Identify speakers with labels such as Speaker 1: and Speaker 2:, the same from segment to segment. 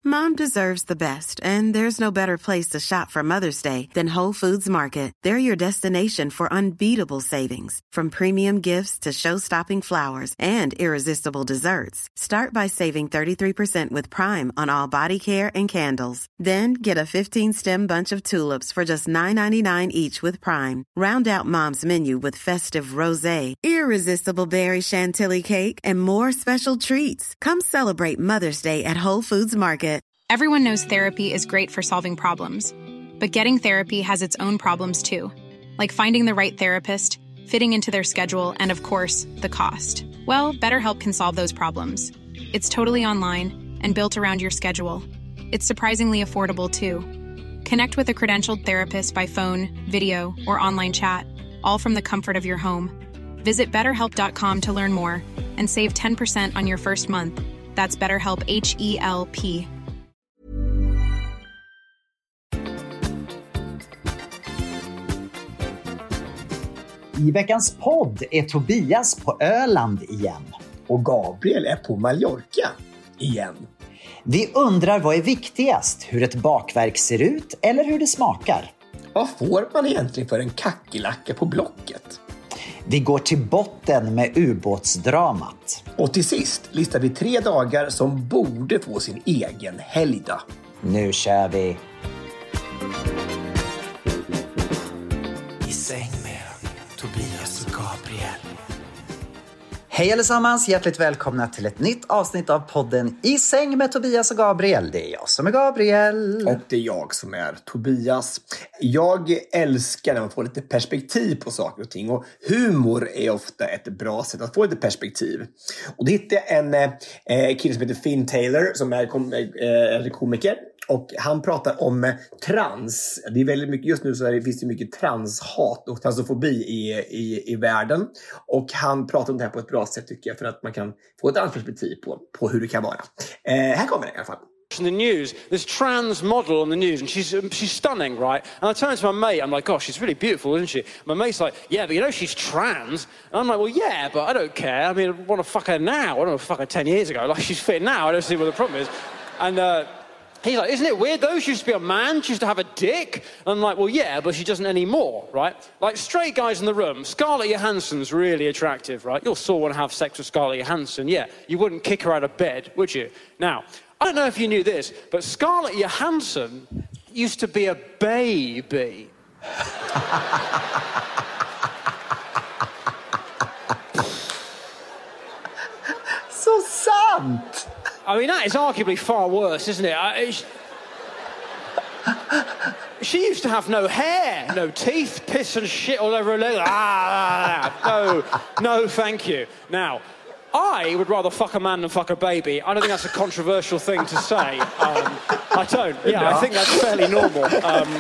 Speaker 1: Mom deserves the best, and there's no better place to shop for Mother's Day than Whole Foods Market. They're your destination for unbeatable savings, from premium gifts to show-stopping flowers and irresistible desserts. Start by saving 33% with Prime on all body care and candles. Then get a 15-stem bunch of tulips for just $9.99 each with Prime. Round out Mom's menu with festive rosé, irresistible berry chantilly cake, and more special treats. Come celebrate Mother's Day at Whole Foods Market.
Speaker 2: Everyone knows therapy is great for solving problems, but getting therapy has its own problems too, like finding the right therapist, fitting into their schedule, and of course, the cost. Well, BetterHelp can solve those problems. It's totally online and built around your schedule. It's surprisingly affordable too. Connect with a credentialed therapist by phone, video, or online chat, all from the comfort of your home. Visit BetterHelp.com to learn more and save 10% on your first month. That's BetterHelp, H-E-L-P.
Speaker 3: I veckans podd är Tobias på Öland igen.
Speaker 4: Och Gabriel är på Mallorca igen.
Speaker 3: Vi undrar vad är viktigast, hur ett bakverk ser ut eller hur det smakar?
Speaker 4: Vad får man egentligen för en kackerlacka på Blocket?
Speaker 3: Vi går till botten med ubåtsdramat.
Speaker 4: Och till sist listar vi 3 dagar som borde få sin egen helgdag.
Speaker 3: Nu kör vi!
Speaker 4: I säng med Tobias och Gabriel.
Speaker 3: Hej allesammans, hjärtligt välkomna till ett nytt avsnitt av podden I säng med Tobias och Gabriel. Det är jag som är Gabriel.
Speaker 4: Och det är jag som är Tobias. Jag älskar när man får lite perspektiv på saker och ting. Och humor är ofta ett bra sätt att få lite perspektiv. Och det hittade en kille som heter Finn Taylor som är komiker. Och han pratar om trans. Det är väldigt mycket, just nu så finns det mycket transhat och transfobi i världen. Och han pratar om det här på ett bra sätt tycker jag. För att man kan få ett annat perspektiv på hur det kan vara. Här kommer det i alla fall.
Speaker 5: In the news, this trans model on the news, and she's stunning, right? And I turn to my mate, I'm like, gosh, she's really beautiful, isn't she? My mate's like, yeah, but you know she's trans. And I'm like, well, yeah, but I don't care. I mean, I want to fuck her now. I don't want to fuck her 10 years ago. Like, she's fit now. I don't see what the problem is. And he's like, isn't it weird though? She used to be a man. She used to have a dick. And I'm like, well, yeah, but she doesn't anymore, right? Like, straight guys in the room. Scarlett Johansson's really attractive, right? You'll saw one have sex with Scarlett Johansson. Yeah, you wouldn't kick her out of bed, would you? Now, I don't know if you knew this, but Scarlett Johansson used to be a baby.
Speaker 3: Så sant!
Speaker 5: I mean, that is arguably far worse, isn't it? She used to have no hair, no teeth, piss and shit all over her leg. No, thank you. Now, I would rather fuck a man than fuck a baby. I don't think that's a controversial thing to say. I don't. Yeah, I think that's fairly normal.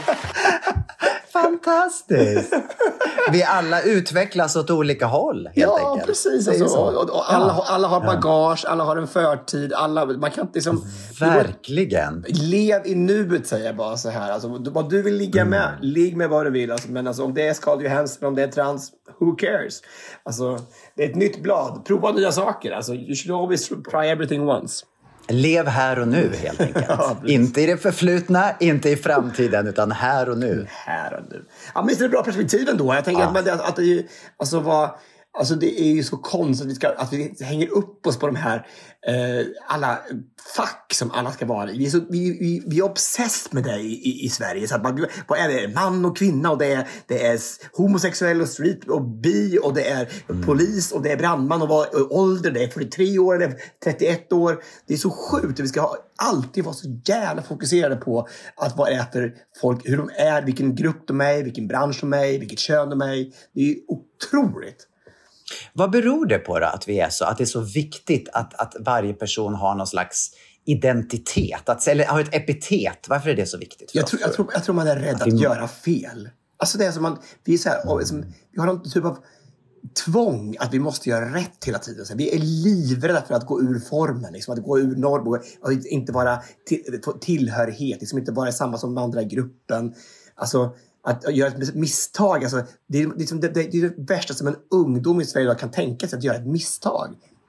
Speaker 3: Fantastiskt! Vi alla utvecklas åt olika håll, helt enkelt.
Speaker 4: Ja, precis. Alltså, och alla har bagage, alla har en förtid. Man kan inte liksom...
Speaker 3: Verkligen.
Speaker 4: Lev i nuet, säger jag bara så här. Alltså, vad du vill ligga med, ligg med vad du vill. Alltså, men alltså, om det är Scarlett Johansson, om det är trans, who cares? Alltså, det är ett nytt blad. Prova nya saker. Alltså, you should always try everything once. Lev
Speaker 3: här och nu, helt enkelt. Ja, inte i det förflutna, inte i framtiden, utan här och nu.
Speaker 4: Här och nu. Ja, men det är bra perspektiv ändå. Jag tänker att det är, alltså det är ju så konstigt att vi hänger upp oss på de här alla fack som alla ska vara i. Vi är obsessed med det i Sverige. Så att vad är det? Man och kvinna, och det är homosexuell och street och bi, och det är polis och det är brandman och ålder, det är 43 år, det är 31 år. Det är så sjukt. Vi ska alltid vara så jävla fokuserade på att vad är för folk, hur de är, vilken grupp de är, vilken bransch de är, vilket kön de är. Det är otroligt.
Speaker 3: Vad beror det på då, att det är så viktigt att varje person har någon slags identitet, eller har ett epitet? Varför är det så viktigt för oss?
Speaker 4: Jag tror man är rädd att göra fel. Alltså det är som vi är så här, vi har någon typ av tvång att vi måste göra rätt hela tiden. Så vi är livrädda för att gå ur formen, liksom, att gå ur norm och inte vara tillhörighet, liksom inte vara samma som de andra i gruppen. Alltså att göra ett misstag, alltså, det är det värsta som en ungdom i Sverige kan tänka sig, att göra ett misstag.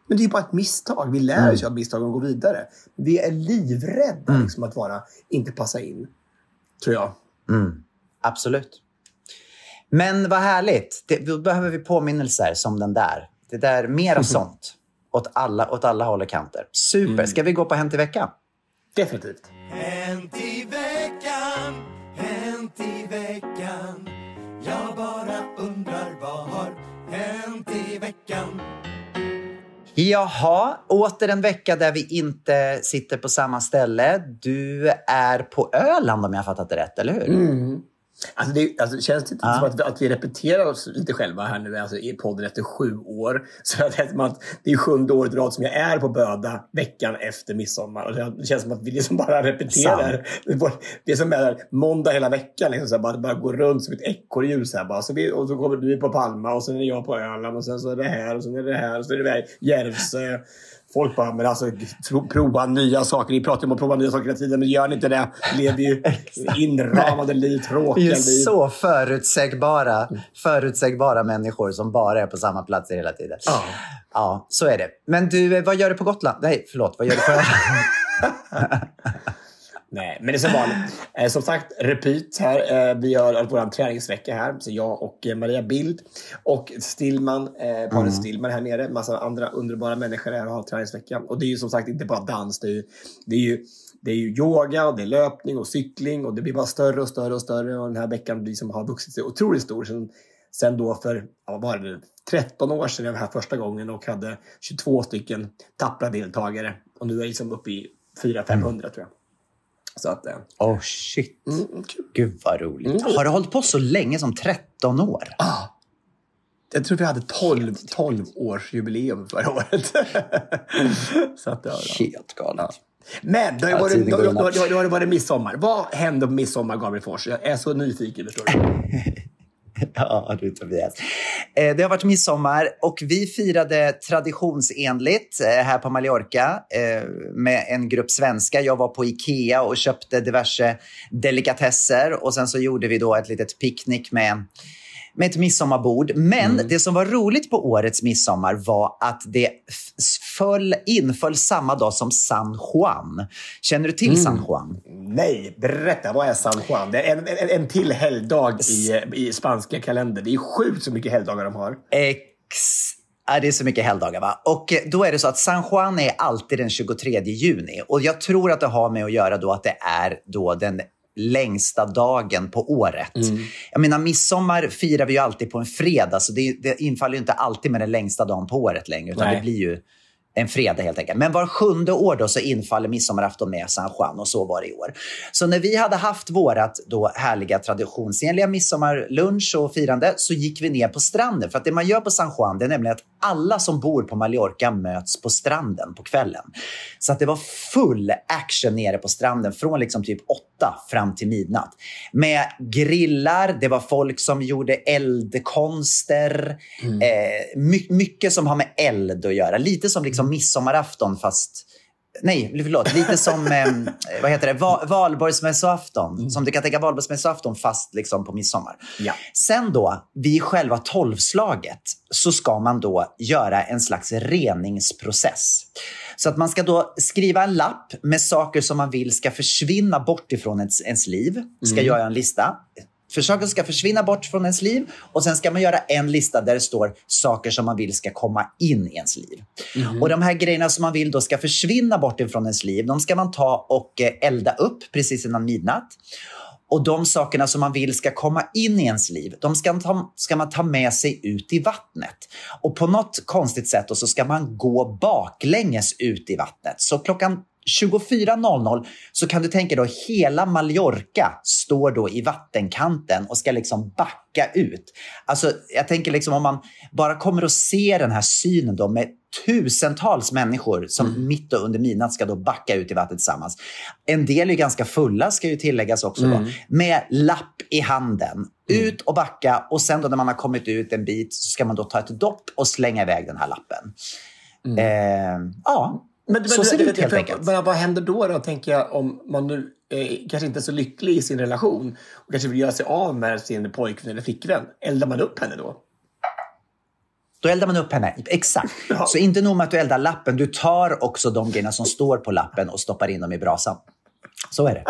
Speaker 4: Men det är ju bara ett misstag. Vi lär oss av misstag och går vidare. Vi är livrädda liksom, att inte passa in. Tror jag.
Speaker 3: Absolut. Men vad härligt. Då behöver vi påminnelser som den där. Det där, mer av sånt. Åt alla håll och kanter. Super. Ska vi gå på Hänt i veckan?
Speaker 4: Definitivt.
Speaker 6: Hänt i veckan, hänt i veckan. Jag bara undrar vad har hänt i veckan.
Speaker 3: Jaha, åter en vecka där vi inte sitter på samma ställe. Du är på Öland om jag har fattat det rätt, eller hur?
Speaker 4: Alltså det känns det inte som att vi repeterar oss lite själva här nu, alltså i podden efter 7 år. Så det är 7:e året rad som jag är på Böda veckan efter midsommar. Och det känns som att vi liksom bara repeterar. Det är som är måndag hela veckan. Liksom, så bara går runt som ett ekorrljus här. Bara. Och så kommer du på Palma och sen är jag på Öland och sen så är det här och sen är det här och så är det Järvsö. Folk bara, men alltså prova nya saker. Ni pratar om att prova nya saker hela tiden, men gör ni inte det? Lever ju inramade liv, tråkiga liv.
Speaker 3: Det är så förutsägbara människor som bara är på samma plats hela tiden. Ja, så är det. Men du, vad gör du på Gotland? Nej, förlåt, vad gör du på Öland?
Speaker 4: Nej, men det är så vanligt. Som sagt, repeat här. Vi har vår träningsvecka här. Så jag och Maria Bild och Stillman, bara Stillman här nere. Massa andra underbara människor här och har träningsvecka. Och det är ju som sagt inte bara dans. Det är ju yoga, det är löpning och cykling. Och det blir bara större och större och större. Och den här veckan liksom har vuxit sig otroligt stor. Sen då för 13 år sedan jag var här första gången och hade 22 stycken tappra deltagare. Och nu är jag liksom uppe i 400-500 tror jag. Så att,
Speaker 3: shit. Gud vad roligt. Har du hållit på så länge som 13 år?
Speaker 4: Jag tror vi hade 12 års jubileum förra året. Så att,
Speaker 3: helt galet.
Speaker 4: Ja. Men det har varit midsommar. Vad hände på midsommar, Gabriel Fors? Jag är så nyfiken, förstår du.
Speaker 3: Ja, du Tobias. Det har varit midsommar och vi firade traditionsenligt här på Mallorca med en grupp svenskar. Jag var på Ikea och köpte diverse delikatesser och sen så gjorde vi då ett litet picknick med ett midsommarbord. Men det som var roligt på årets midsommar var att det inföll samma dag som San Juan. Känner du till San Juan?
Speaker 4: Nej, berätta. Vad är San Juan? Det är en till helgdag i spanska kalender. Det är sjukt så mycket helgdagar de har.
Speaker 3: Det är så mycket helgdagar, va? Och då är det så att San Juan är alltid den 23 juni. Och jag tror att det har med att göra då att det är då den längsta dagen på året. Jag menar, midsommar firar vi ju alltid på en fredag, så det infaller ju inte alltid med den längsta dagen på året längre, utan det blir ju en fredag helt enkelt. Men var 7:e år då så infaller midsommarafton med San Juan, och så var det i år. Så när vi hade haft vårat då härliga traditionsenliga midsommarlunch och firande, så gick vi ner på stranden. För att det man gör på San Juan, det är nämligen att alla som bor på Mallorca möts på stranden på kvällen. Så att det var full action nere på stranden från liksom typ 8 fram till midnatt. Med grillar, det var folk som gjorde eldkonster. Mycket som har med eld att göra. Lite som liksom midsommarafton fast... Nej, förlåt. Lite som, vad heter det? Valborgsmässoafton. Som du kan tänka Valborgsmässoafton fast liksom på midsommar. Ja. Sen då, vid själva 12-slaget så ska man då göra en slags reningsprocess. Så att man ska då skriva en lapp med saker som man vill ska försvinna bort ifrån ens liv. Ska göra en lista. För saker ska försvinna bort från ens liv. Och sen ska man göra en lista där det står saker som man vill ska komma in i ens liv. Och de här grejerna som man vill då ska försvinna bort ifrån ens liv, de ska man ta och elda upp precis innan midnatt. Och de sakerna som man vill ska komma in i ens liv, de ska man ta med sig ut i vattnet. Och på något konstigt sätt så ska man gå baklänges ut i vattnet. Så klockan 24.00 så kan du tänka då hela Mallorca står då i vattenkanten och ska liksom backa ut. Alltså jag tänker liksom om man bara kommer att se den här synen då med tusentals människor som mitt under midnatt ska då backa ut i vattnet tillsammans. En del är ganska fulla, ska ju tilläggas också då, med lapp i handen. Ut och backa, och sen då när man har kommit ut en bit så ska man då ta ett dopp och slänga iväg den här lappen. Men så ser det ut helt enkelt.
Speaker 4: Men vad händer då, tänker jag, om man nu kanske inte är så lycklig i sin relation och kanske vill göra sig av med sin pojkvän eller flickvän? Eldar man upp henne då?
Speaker 3: Då eldar man upp henne. Exakt. Ja. Så inte nog med att du eldar lappen, du tar också de grejerna som står på lappen och stoppar in dem i brasan. Så är det.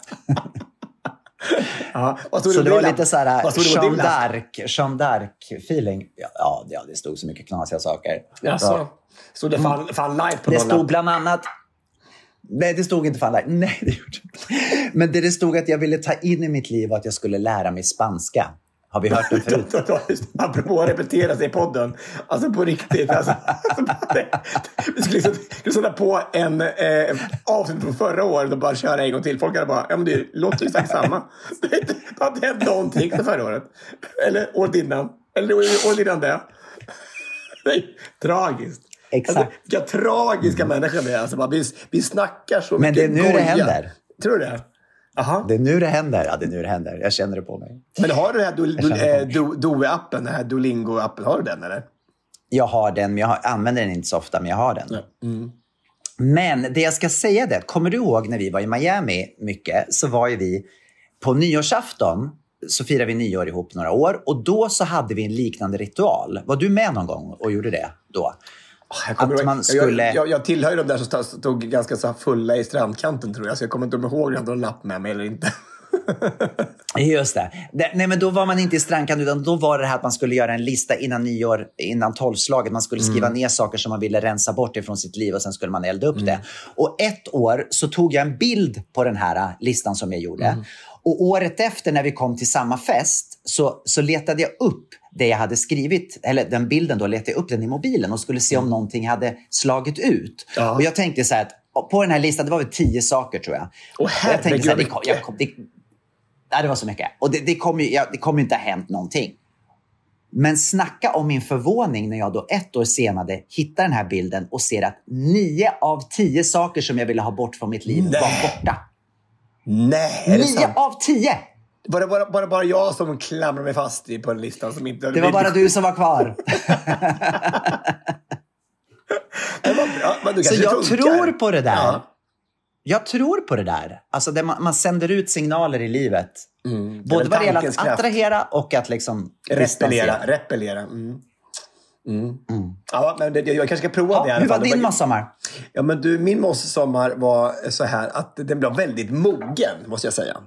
Speaker 4: Ja,
Speaker 3: så det var lite så här Jeanne d'Arc-feeling. Ja, det stod så mycket knasiga saker.
Speaker 4: Jaså? Så det fan live på
Speaker 3: det stod bland annat... Nej, det stod inte fan live. Nej, det gjorde inte. Men det stod att jag ville ta in i mitt liv att jag skulle lära mig spanska. Har vi hört det förut?
Speaker 4: Apropå att repetera sig i podden. Alltså på riktigt. Vi skulle liksom sätta på en avsnitt från förra året och bara köra en gång till. Folk hade bara, ja men det låter ju exakt samma. Det har inte hänt någonting för förra året. Eller året innan. Eller året innan det. Nej, tragiskt.
Speaker 3: Exakt.
Speaker 4: Alltså, vilka tragiska människor vi är. Alltså, vi snackar så
Speaker 3: men
Speaker 4: mycket.
Speaker 3: Men det är nu det händer.
Speaker 4: Tror du det? Aha.
Speaker 3: Det är nu det händer. Ja, det är nu det händer. Jag känner det på mig.
Speaker 4: Men har du den här Due-appen, den här Duolingo-appen, har du den eller?
Speaker 3: Jag har den, men jag använder den inte så ofta, men jag har den. Mm. Men det jag ska säga det, kommer du ihåg när vi var i Miami mycket, så var ju vi på nyårsafton, så firade vi nyår ihop några år, och då så hade vi en liknande ritual. Var du med någon gång och gjorde det då?
Speaker 4: Jag tillhör ju de där som stod ganska så fulla i strandkanten, tror jag. Så jag kommer inte ihåg om jag hade en lapp med mig eller inte.
Speaker 3: Just det. Nej, men då var man inte i strandkanten, utan då var det här att man skulle göra en lista innan nyår, innan 12-slaget. Man skulle skriva ner saker som man ville rensa bort ifrån sitt liv, och sen skulle man elda upp det. Och ett år så tog jag en bild på den här listan som jag gjorde. Och året efter, när vi kom till samma fest, så letade jag upp det jag hade skrivit, eller den bilden då, letade jag upp den i mobilen och skulle se om någonting hade slagit ut. Ja. Och jag tänkte så här att på den här listan, det var väl 10 saker tror jag. Och jag tänkte så här, det var så mycket. Och det kommer inte ha hänt någonting. Men snacka om min förvåning när jag då 1 år senare hittar den här bilden och ser att 9 av 10 saker som jag ville ha bort från mitt liv var borta.
Speaker 4: Nej,
Speaker 3: 9 av 10!
Speaker 4: Bara jag som klamrar mig fast på en lista som inte...
Speaker 3: Det var bara du som var kvar.
Speaker 4: Det var bra, men
Speaker 3: så jag tror på det där. Ja. Jag tror på det där. Alltså man sänder ut signaler i livet. Både vad det gäller att attrahera och att liksom...
Speaker 4: Repellera. Ja, men jag kanske ska prova det.
Speaker 3: Hur var din midsommar?
Speaker 4: Ja, men min midsommar var så här att den blev väldigt mogen, måste jag säga.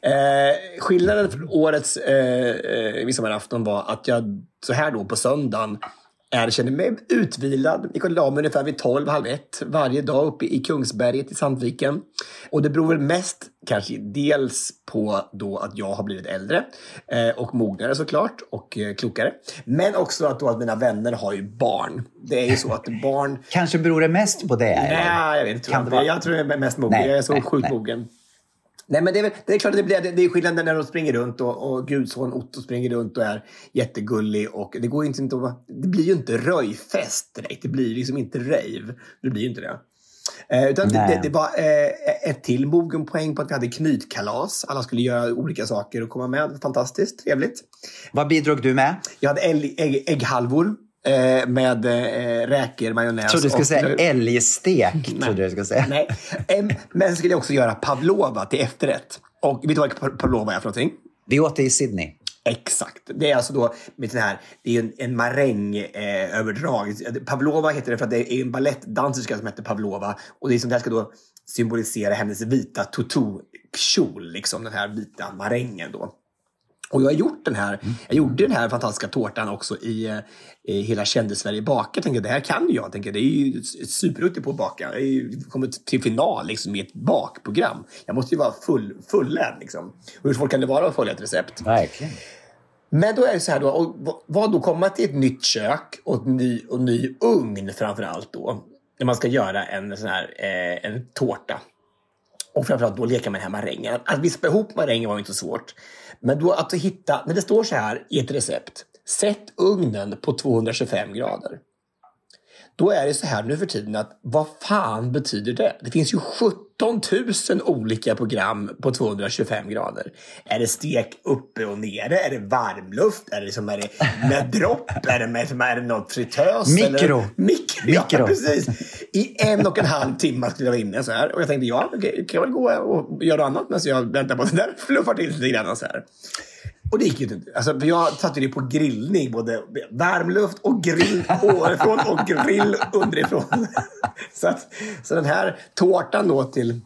Speaker 4: Skillnaden för årets midsommarafton var att jag så här då på söndagen kände mig utvilad. Jag kunde la mig ungefär vid 12:30 varje dag uppe i Kungsberget i Sandviken. Och det beror väl mest kanske dels på då att jag har blivit äldre och mognare såklart och klokare. Men också att mina vänner har ju barn. Det är ju så att barn...
Speaker 3: Kanske beror det mest på det?
Speaker 4: Nej, jag vet inte. Jag tror det är mest mogen. Jag är så sjukt mogen. Nej, men det är klart att det är skillnad när de springer runt och Gudson Otto springer runt och är jättegullig, och det går inte att, det blir ju inte röjfest direkt. Det blir liksom inte rave. Det blir ju inte det. Utan det var ett till mogen poäng på att vi hade knytkalas. Alla skulle göra olika saker och komma med. Fantastiskt, trevligt.
Speaker 3: Vad bidrog du med?
Speaker 4: Jag hade ägghalvor. Med räkor, majonnäs.
Speaker 3: Jag trodde du skulle säga älgstek.
Speaker 4: Nej. Men så skulle jag också göra pavlova till efterrätt. Och vet du vad pavlova är för någonting?
Speaker 3: Vi åt det i Sydney.
Speaker 4: Exakt. Det är alltså då med den här, det är en marängöverdrag. Pavlova heter det för att det är en ballettdanserska som heter Pavlova. Och det är sånt här ska då symbolisera hennes vita tutu-kjol, liksom den här vita marängen då. Och jag har gjort jag gjorde den här fantastiska tårtan också i hela Kändis-Sverige baka. Jag tänkte, det här kan jag. Det är ju superduktig på att baka. Jag har kommit till final liksom, i ett bakprogram. Jag måste ju vara fullärd liksom. Och hur svårt kan det vara att följa ett recept?
Speaker 3: Verkligen.
Speaker 4: Men då är det så här då, och vad då komma till ett nytt kök och ny ugn framförallt då. När man ska göra en sån här en tårta. Och framförallt då leka med den här marängen. Att vispa ihop marängen var inte så svårt. Men då att hitta, när det står så här i ett recept, sätt ugnen på 225 grader. Då är det så här nu för tiden att vad fan betyder det? Det finns ju 17 000 olika program på 225 grader. Är det stek uppe och nere? Är det varmluft? Är det med dropp? Är det något fritös?
Speaker 3: Mikro.
Speaker 4: Ja, precis. I 1,5 timmar skulle jag vara inne så här. Och jag tänkte, kan jag väl gå och göra annat medan jag väntar på att det där fluffar till lite grann så här. Och det gick ju inte. Alltså, för jag satte det på grillning. Både värmluft och grill ovanifrån och grill underifrån. Så den här tårtan då till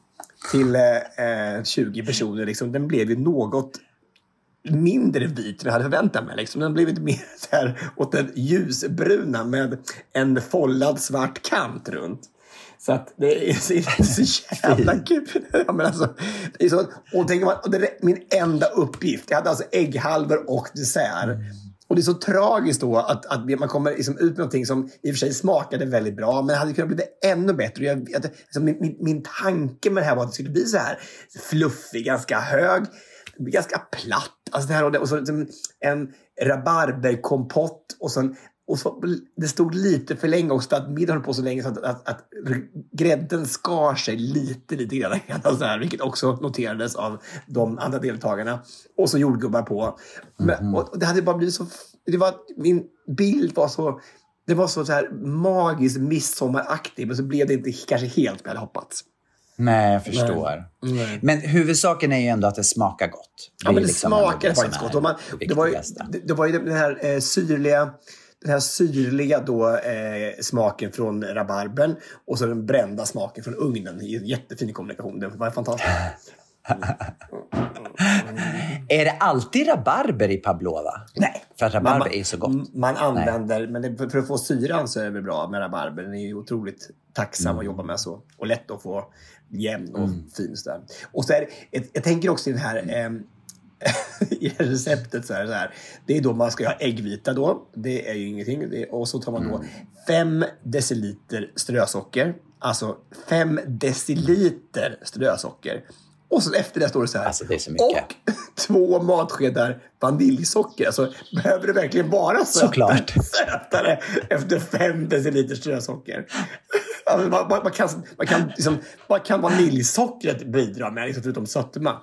Speaker 4: 20 personer, liksom, den blev ju något mindre vit än jag hade förväntat mig. Liksom. Den blev lite mer så här åt den ljusbruna med en follad svart kant runt. Så att det är så jävla kul. Ja, men alltså, det är så, och tänker man, och det är min enda uppgift. Jag hade alltså ägghalvor och dessert. Och det är så tragiskt då att man kommer liksom ut med någonting som i och för sig smakade väldigt bra, men hade kunnat bli ännu bättre. Min tanke med det här var att det skulle bli så här fluffig, ganska hög, ganska platt. Alltså det här, och så en rabarberkompott och så det stod lite för länge också, att middagen på så länge så att grädden skar sig lite grann, så här, vilket också noterades av de andra deltagarna. Och så jordgubbar på. Men, och det hade bara blivit så... min bild var så... Det var så här magiskt midsommaraktigt, men så blev det inte kanske helt vad jag hade hoppats.
Speaker 3: Nej, jag förstår. Nej. Men huvudsaken är ju ändå att det smakar gott.
Speaker 4: Ja, men det liksom smakar faktiskt gott. Det var ju den här syrliga då, smaken från rabarbern och så den brända smaken från ugnen i en jättefin kommunikation. Det var fantastiskt.
Speaker 3: Är det alltid rabarber i pavlova?
Speaker 4: Nej.
Speaker 3: För att rabarber är så gott.
Speaker 4: Man använder, men för att få syran så är det bra med rabarber. Den är ju otroligt tacksam att jobba med så. Och lätt att få jämn och fin. Så där. Och så är det, jag tänker också i den här... i receptet så här. Det är då man ska ha äggvita då. Det är ju ingenting. Och så tar man då 5 deciliter strösocker. Alltså 5 deciliter strösocker. Och så efter det står det så här.
Speaker 3: Alltså det är så mycket.
Speaker 4: Och 2 matskedar vaniljsocker. Alltså behöver det verkligen vara sötare efter 5 deciliter strösocker? Alltså, vad kan vaniljsockret bidra med liksom, förutom sötma?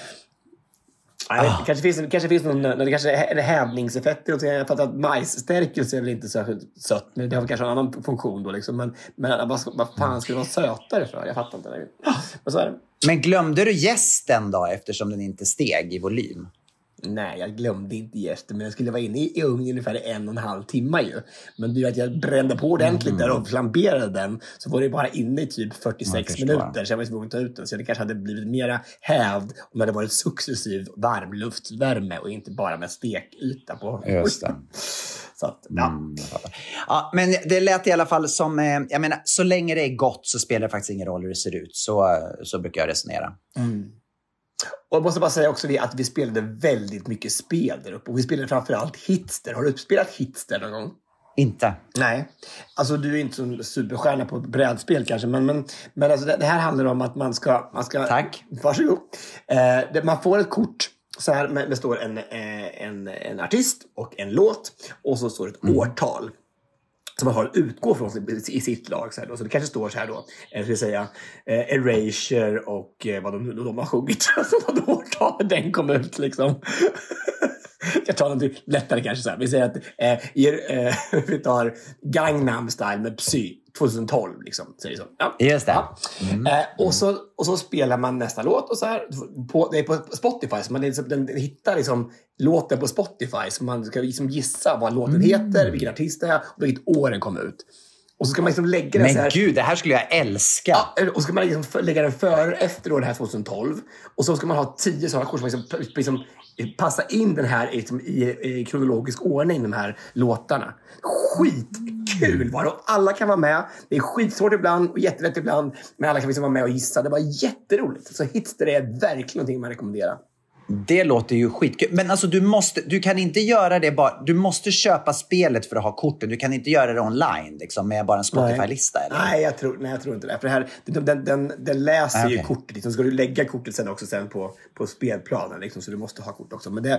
Speaker 4: Det kanske finns en hävningseffekt. Jag fattar att majsstärkelse är väl inte särskilt sött. Men det har kanske en annan funktion då. Liksom. Men vad fan skulle det vara sötare för? Jag fattar inte det. Men så är det.
Speaker 3: Men glömde du jästen då eftersom den inte steg i volym?
Speaker 4: Nej, jag glömde inte jästen. Men jag skulle vara inne i ugnen ungefär 1,5 timmar ju. Men du vet, jag brände på ordentligt där och flamberade den. Så var det bara inne i typ 46 minuter. Så jag var tvungen att ta ut den. Så det kanske hade blivit mera hävd om det hade varit successiv varmluftsvärme och inte bara med stekyta på.
Speaker 3: Just det.
Speaker 4: Så att, ja.
Speaker 3: Ja, men det lät i alla fall som... jag menar, så länge det är gott så spelar det faktiskt ingen roll hur det ser ut. Så brukar jag resonera.
Speaker 4: Och jag måste bara säga också att vi spelade väldigt mycket spel där uppe. Och vi spelade framförallt Hitster. Har du spelat Hitster någon gång?
Speaker 3: Inte.
Speaker 4: Nej. Alltså du är inte så superstjärna på brädspel kanske. Men alltså, det här handlar om att man ska...
Speaker 3: Tack.
Speaker 4: Varsågod. Man får ett kort. Så här det står en artist och en låt. Och så står det ett årtal. Som man har att utgå från i sitt lag. Så, här då. Så det kanske står så här då. Jag skulle säga Erasure och vad de har sjungit. Så vad årtalet den kom ut liksom. Jag tar något lättare kanske så här. Vi säger att vi tar Gangnam Style med Psy 2012 liksom. Säger så. Ja.
Speaker 3: Just det.
Speaker 4: Och så spelar man nästa låt och så här. Det är på Spotify. Så den hittar liksom låten på Spotify. Så man ska liksom gissa vad låten heter, vilken artist det är och vilket år den kom ut. Och så ska man liksom lägga den så här.
Speaker 3: Men gud, det här skulle jag älska.
Speaker 4: Ja, och så ska man liksom lägga den före efter då det här 2012. Och så ska man ha 10 sådana kort som liksom passa in den här i kronologisk ordning, de här låtarna. Skitkul var det. Och alla kan vara med. Det är skitsvårt ibland och jättelätt ibland. Men alla kan liksom vara med och gissa. Det var jätteroligt. Så Hitster är verkligen någonting man rekommenderar.
Speaker 3: Det låter ju skitkul. Men alltså du kan inte göra det bara... Du måste köpa spelet för att ha korten. Du kan inte göra det online liksom, med bara en Spotify-lista. Eller?
Speaker 4: Nej, jag tror inte det. För det här, den läser ju kortet. Liksom. Så ska du lägga kortet sen på spelplanen. Liksom, så du måste ha kort också. Men det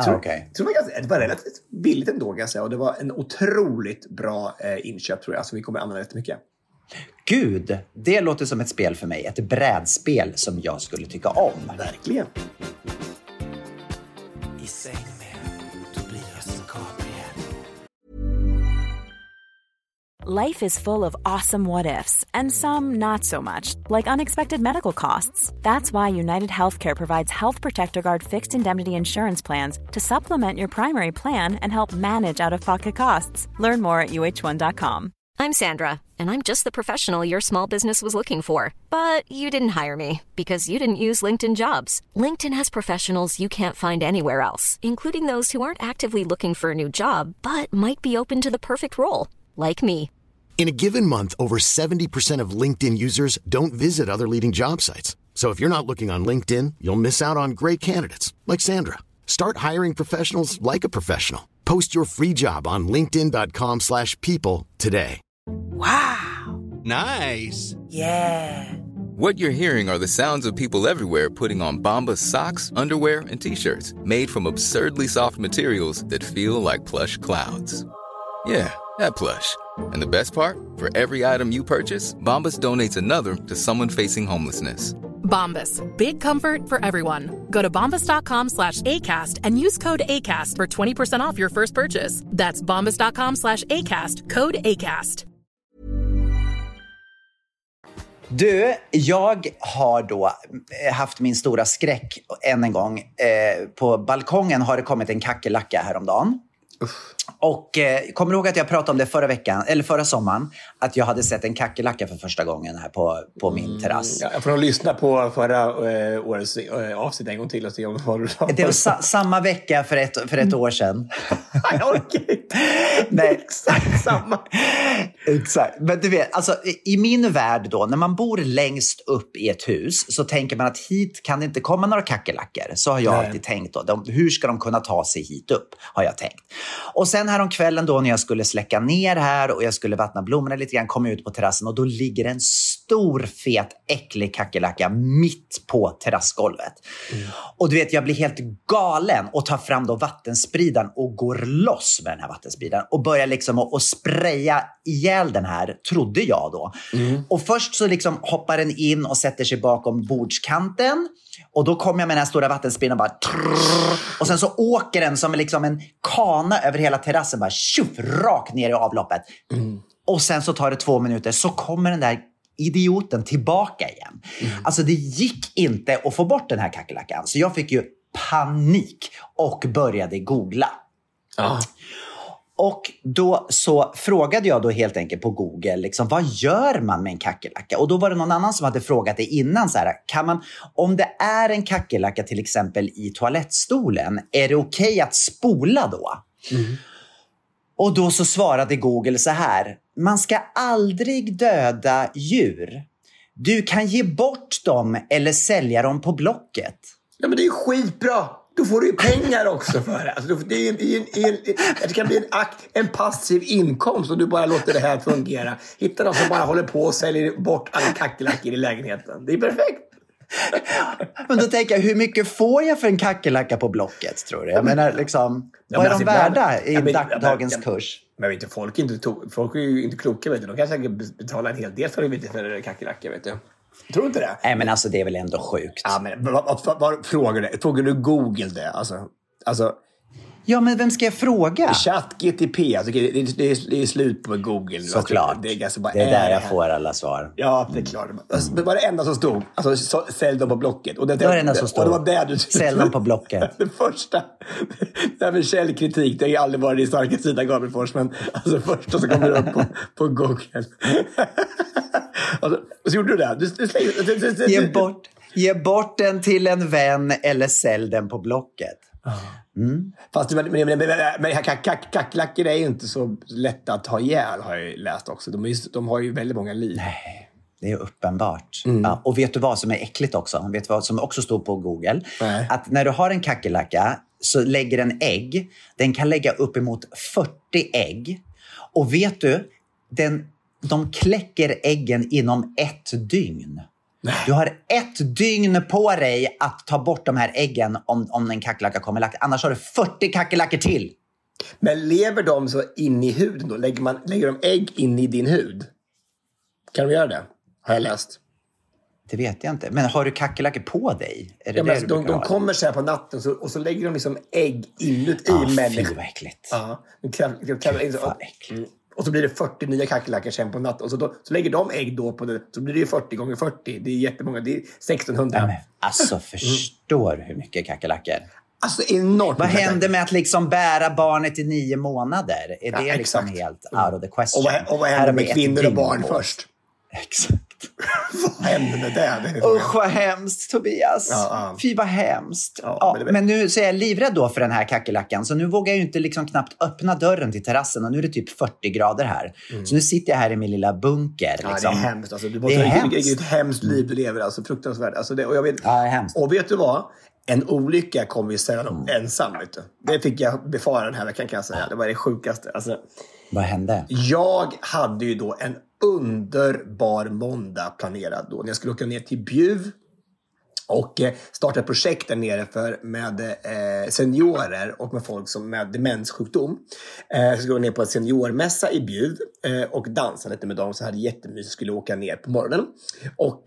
Speaker 4: var relativt billigt ändå. Kan jag säga. Och det var en otroligt bra inköp tror jag. Som vi kommer använda jättemycket.
Speaker 3: Gud, det låter som ett spel för mig. Ett brädspel som jag skulle tycka om.
Speaker 4: Verkligen.
Speaker 7: Life is full of awesome what-ifs, and some not so much, like unexpected medical costs. That's why United Healthcare provides Health Protector Guard fixed indemnity insurance plans to supplement your primary plan and help manage out-of-pocket costs. Learn more at uh1.com.
Speaker 8: I'm Sandra, and I'm just the professional your small business was looking for. But you didn't hire me because you didn't use LinkedIn Jobs. LinkedIn has professionals you can't find anywhere else, including those who aren't actively looking for a new job, but might be open to the perfect role, like me.
Speaker 9: In a given month, over 70% of LinkedIn users don't visit other leading job sites. So if you're not looking on LinkedIn, you'll miss out on great candidates like Sandra. Start hiring professionals like a professional. Post your free job on linkedin.com/people today.
Speaker 7: Wow.
Speaker 10: Nice.
Speaker 7: Yeah.
Speaker 11: What you're hearing are the sounds of people everywhere putting on Bombas socks, underwear, and T-shirts made from absurdly soft materials that feel like plush clouds. Yeah, that plush. And the best part? For every item you purchase, Bombas donates another to someone facing homelessness.
Speaker 12: Bombas. Big comfort for everyone. Go to bombas.com/ACAST and use code ACAST for 20% off your first purchase. That's bombas.com/ACAST. Code ACAST.
Speaker 3: Du, jag har då haft min stora skräck än en gång. På balkongen har det kommit en kackerlacka häromdagen. Och kommer du ihåg att jag pratade om det förra sommaren, att jag hade sett en kackerlacka för första gången här på min terrass.
Speaker 4: Ja, jag får nog lyssna på förra årets avsnitt en gång till och se om vad du sa.
Speaker 3: Det var samma vecka för ett år sedan.
Speaker 4: Jag orkar inte.
Speaker 3: Nej,
Speaker 4: exakt samma.
Speaker 3: Exakt. Men du vet, alltså i min värld då, när man bor längst upp i ett hus så tänker man att hit kan det inte komma några kackerlackor. Så har jag alltid tänkt då. Hur ska de kunna ta sig hit upp, har jag tänkt. Och sen här om kvällen då när jag skulle släcka ner här och jag skulle vattna blommorna lite grann, kom ut på terrassen och då ligger en stor, fet, äcklig kackerlacka mitt på terrassgolvet. Och du vet, jag blir helt galen och tar fram då vattenspridaren och går loss med den här vattenspridaren och börjar liksom att spraya ihjäl den här, trodde jag då. Och först så liksom hoppar den in och sätter sig bakom bordskanten. Och då kommer jag med den här stora vattenspridaren bara och sen så åker den som liksom en kana över hela terrassen bara tjuff, rakt ner i avloppet. Och sen så tar det 2 minuter så kommer den där idioten tillbaka igen. Alltså det gick inte att få bort den här kackerlackan. Så jag fick ju panik och började googla. Och då så frågade jag då helt enkelt på Google, liksom, vad gör man med en kackerlacka? Och då var det någon annan som hade frågat det innan. Så här, kan man, om det är en kackerlacka till exempel i toalettstolen, är det okej att spola då? Och då så svarade Google så här: man ska aldrig döda djur. Du kan ge bort dem eller sälja dem på Blocket.
Speaker 4: Ja, men det är ju skitbra. Då får du ju pengar också för det. Alltså, det kan bli en passiv inkomst om du bara låter det här fungera. Hitta någon som bara håller på och säljer bort alla kackerlackor i lägenheten. Det är perfekt.
Speaker 3: Men då tänker jag, hur mycket får jag för en kackerlacka på Blocket, tror du? Jag menar, liksom, vad är de värda i dagens kurs?
Speaker 4: Men vet du, folk är ju inte kloka, vet du. De kan säkert betala en hel del för kackerlackor, vet du. Tror du inte det?
Speaker 3: Nej, men alltså det är väl ändå sjukt.
Speaker 4: Ja, men vad frågar du Google det? Alltså,
Speaker 3: ja, men vem ska jag fråga?
Speaker 4: ChatGPT, alltså, det är slut på Google.
Speaker 3: Såklart.
Speaker 4: Det är
Speaker 3: där jag får alla svar.
Speaker 4: Ja, det är klart. Alltså, det var det enda som stod. Alltså, sälj dem på Blocket. Och
Speaker 3: det var det enda som stod.
Speaker 4: Och det var där du...
Speaker 3: Sälj dem på Blocket.
Speaker 4: Det första. Det här med källkritik, det har ju aldrig varit din starka sida, Gabriel Fors. Men alltså första så kommer du upp på Google. Alltså, så gjorde du det.
Speaker 3: Ge bort den till en vän eller sälj den på Blocket.
Speaker 4: Fast men kackerlackor är ju inte så lätta att ha ihjäl, har jag läst också. De har ju väldigt många liv.
Speaker 3: Nej, det är uppenbart. Ja, och vet du vad som är äckligt också? Vet du vad som också står på Google? Nej. Att när du har en kackerlacka så lägger den ägg. Den kan lägga uppemot 40 ägg. Och vet du, de kläcker äggen inom 1 dygn. Nej. Du har 1 dygn på dig att ta bort de här äggen om en kackerlacka kommer lagt. Annars har du 40 kackerlackor till.
Speaker 4: Men lever de så in i huden då? Lägger de ägg in i din hud? Kan de göra det? Har jag läst.
Speaker 3: Det vet jag inte. Men har du kackerlackor på dig? Är det
Speaker 4: ja, men de kommer så här på natten och så lägger de liksom ägg inuti människan.
Speaker 3: Fy vad äckligt.
Speaker 4: Ja. Och så blir det 40 nya kackerlackor sen på natten. Och så lägger de ägg då på det. Så blir det ju 40 gånger 40. Det är jättemånga. Det är 1600.
Speaker 3: Ja, men, alltså förstår hur mycket kackerlackor.
Speaker 4: Alltså enormt.
Speaker 3: Vad händer med att liksom bära barnet i 9 månader? Är det liksom helt out of the question?
Speaker 4: Och vad händer med kvinnor och barn först?
Speaker 3: Exakt.
Speaker 4: Vad händer med det?
Speaker 3: Usch, vad hemskt, Tobias. Fy, vad hemskt. Men nu så är jag livrädd då för den här kackerlackan. Så nu vågar jag ju inte liksom knappt öppna dörren till terrassen. Och nu är det typ 40 grader här. Så nu sitter jag här i min lilla bunker. Liksom.
Speaker 4: Ja, det är hemskt. Alltså, det är ett hemskt liv du lever. Alltså, fruktansvärt. Alltså, det är hemskt. Och vet du vad? En olycka kommer ju sällan ensam. Vet du. Det fick jag befara den här veckan, kan jag säga. Det var det sjukaste. Alltså,
Speaker 3: vad hände?
Speaker 4: Jag hade ju då en underbar måndag planerad då. När jag skulle åka ner till Bjuv och starta ett projekt där nere med seniorer och med folk som med demenssjukdom. Jag skulle gå ner på en seniormässa i Bjuv och dansa lite med dem. Så hade jättemysigt, skulle åka ner på morgonen. Och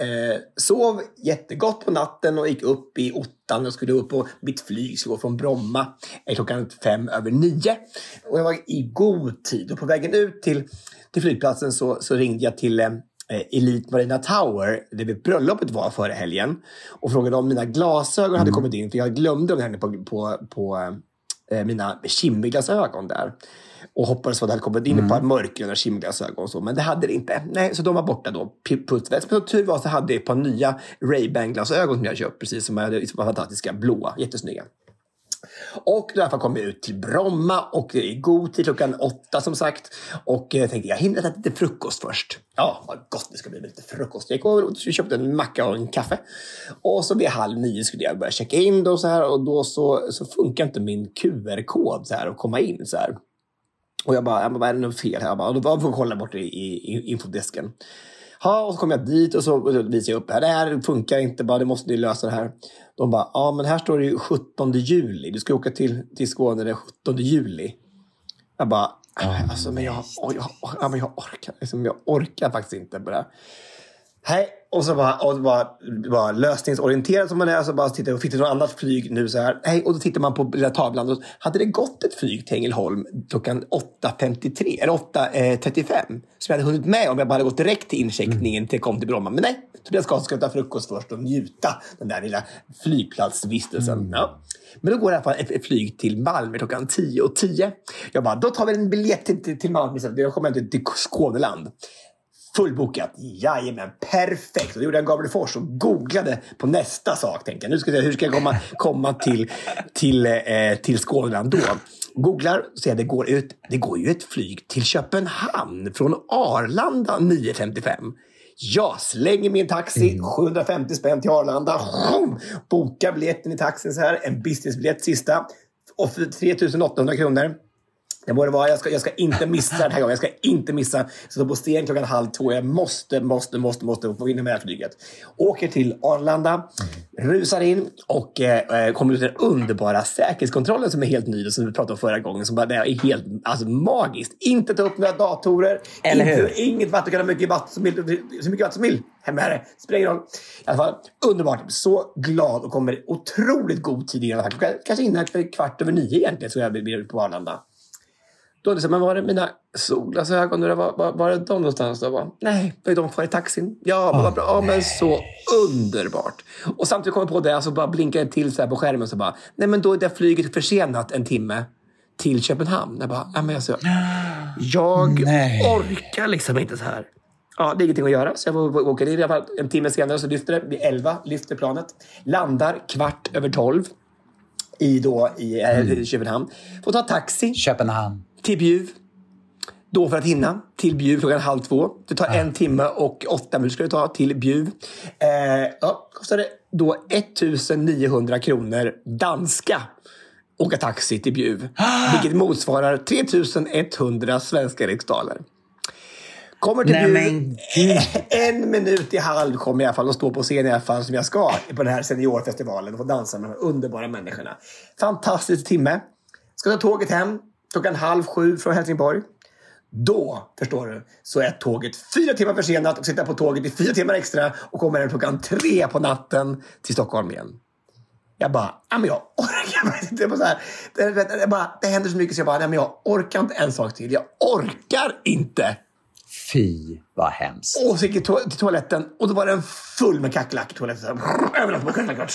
Speaker 4: sov jättegott på natten och gick upp i 8 och skulle upp på mitt flyg. Skulle gå från Bromma klockan 5:05. Och jag var i god tid. Och på vägen ut till flygplatsen så ringde jag till Elite Marina Tower, där vi bröllopet var förra helgen, och frågade om mina glasögon hade kommit in, för jag glömde dem henne på mina kimglasögon där, och hoppades att det hade kommit in ett par mörkgröna kimglasögon och så, men det hade det inte. Nej, så de var borta då. Puttväst. Men tur var så hade jag ett par nya Ray-Ban-glasögon som jag köpt, precis som jag hade, som var fantastiska, blåa, jättesnygga. Och därför kom jag ut till Bromma och i god tid klockan 8 som sagt. Och jag tänkte, jag hinner äta lite frukost först. Ja, vad gott det ska bli med lite frukost. Jag gick över och köpte en macka och en kaffe. Och så vid 8:30 skulle jag börja checka in då så här. Och då så funkar inte min QR-kod så här att komma in så här. Och jag bara, vad är det något fel här? Och då får jag kolla bort i infodesken. Ja, och så kom jag dit och så visade jag upp här. Det här funkar inte, bara det måste ni lösa det här. De bara, ja men här står det ju 17 juli. Du ska åka till Skåne den 17 juli. Jag bara, alltså men jag orkar. Liksom, jag orkar faktiskt inte på det här. Hej, och så bara lösningsorienterad som man är. Så bara tittade och fick det något annat flyg nu så här. Hej, och då tittar man på lilla tavlan. Och hade det gått ett flyg till Ängelholm klockan 8:53 eller 8:35 som jag hade hunnit med om jag bara hade gått direkt till incheckningen till jag kom till Bromma. Men nej, Tobias Karlsson ska ta frukost först och njuta den där lilla flygplatsvistelsen. Ja. Men då går det i alla fall ett flyg till Malmö klockan 10:10. Jag bara, då tar vi en biljett till Malmö. Jag kommer inte till Skåneland. Fullbokat. Jajamän, perfekt. Och då gjorde jag en Gabrielfors och googlade på nästa sak. Tänkte nu ska jag, hur ska jag komma till Skåneland då? Googlar och ser att det går ju ett flyg till Köpenhamn från Arlanda 9:55. Jag slänger min taxi, 750 spänn till Arlanda. Bokar biljetten i taxin så här. En businessbiljett sista. Och för 3 800 kronor. Det borde vara, jag ska inte missa den här gången. Jag ska inte missa. Så då på sten klockan 1:30. Jag måste få vinna med flyget. Åker till Arlanda. Rusar in. Och kommer ut den underbara säkerhetskontrollen som är helt ny. Som vi pratade om förra gången. Som bara, det är helt magiskt. Inte ta upp några datorer.
Speaker 3: Eller hur?
Speaker 4: Inget vatten. Kan ha mycket vatten som vill. Så mycket vatten som vill. Hemma är det. Spelar ingen roll. I alla fall, underbart. Så glad och kommer otroligt god tid innan. Kanske innan 8:15 egentligen. Så jag blir på Arlanda. Då liksom, men var det mina solglasögon? Var det de någonstans? Då var, nej, var de kvar i taxin? Ja, vad bra. Ja, men så underbart. Och samtidigt kom jag på det, alltså bara blinkade till så här på skärmen så bara, nej men då är det flyget försenat 1 timme till Köpenhamn. Jag bara, ja men jag orkar liksom inte så här. Ja, det är ingenting att göra. Så jag åker dit i alla fall 1 timme senare så lyfter det. Vid 11 lyfter planet. Landar 12:15 i Köpenhamn. Får ta taxi.
Speaker 3: Köpenhamn.
Speaker 4: Till Bjuv. Då för att hinna till Bjuv klockan 1:30. Det tar 1 timme och 8 minuter ska det ta till Bjuv. Kostar det då 1900 kronor danska åka taxi till Bjuv. Vilket motsvarar 3100 svenska riksdaler. Kommer till Bjuv. 1 minut i halv kommer jag i alla fall att stå på scen i alla fall som jag ska på den här seniorfestivalen och få dansa med de här underbara människorna. Fantastisk timme. Ska ta tåget hem klockan 6:30 från Helsingborg. Då, förstår du, så är tåget 4 timmar försenat och sitter på tåget i 4 timmar extra och kommer hem klockan 3 på natten till Stockholm igen. Jag bara, men jag orkar inte. Det händer så mycket så jag bara, men jag orkar inte en sak till. Jag orkar inte.
Speaker 3: Fy, vad hemskt.
Speaker 4: Och så gick jag till toaletten och då var den full med kackerlackor i toaletten. Överallt på kackerlackor.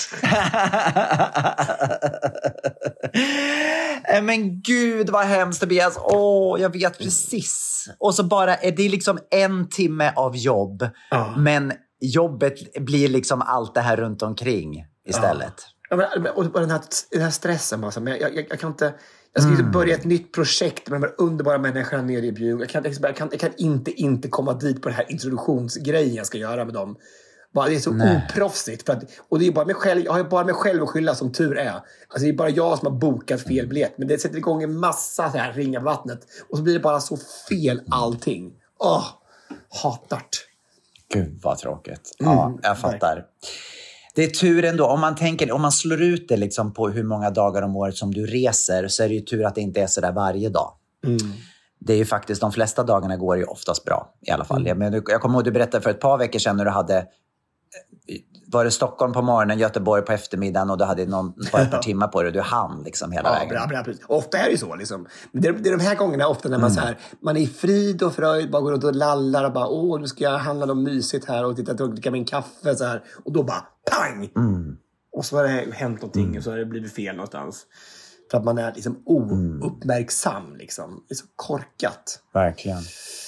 Speaker 3: Men gud vad hemskt, Tobias. Jag vet precis. Och så bara är det liksom 1 timme av jobb. Men jobbet blir liksom allt det här runt omkring istället.
Speaker 4: Och den här stressen. Bara, men jag kan inte... Jag ska börja ett nytt projekt med de här underbara människorna nere i Bjurholm. Jag kan inte komma dit på den här introduktionsgrejen jag ska göra med dem. Bara, det är så oproffsigt. Och det är bara mig själv, jag har bara mig själv att skylla som tur är. Alltså det är bara jag som har bokat fel biljett. Men det sätter igång en massa så här ringar vattnet. Och så blir det bara så fel allting. Hatart.
Speaker 3: Gud vad tråkigt. Ja, jag fattar. Det är tur ändå, om man slår ut det liksom på hur många dagar om året som du reser, så är det ju tur att det inte är så där varje dag. Det är ju faktiskt, de flesta dagarna går ju oftast bra i alla fall. Jag kommer ihåg du berättade för ett par veckor sedan när du hade, var det Stockholm på morgonen, Göteborg på eftermiddagen och du hade bara ett par timmar på dig och du hann liksom hela vägen.
Speaker 4: Ja, precis. Ofta är det ju så liksom. Men det är de här gångerna ofta när man så här, man är i frid och fröjd, bara går runt och lallar och bara, nu ska jag handla något mysigt här och titta och dricka min kaffe så här. Och då bara, pang! Och så har det hänt någonting och så har det blivit fel någonstans. För att man är liksom ouppmärksam liksom. Det är så korkat.
Speaker 3: Verkligen.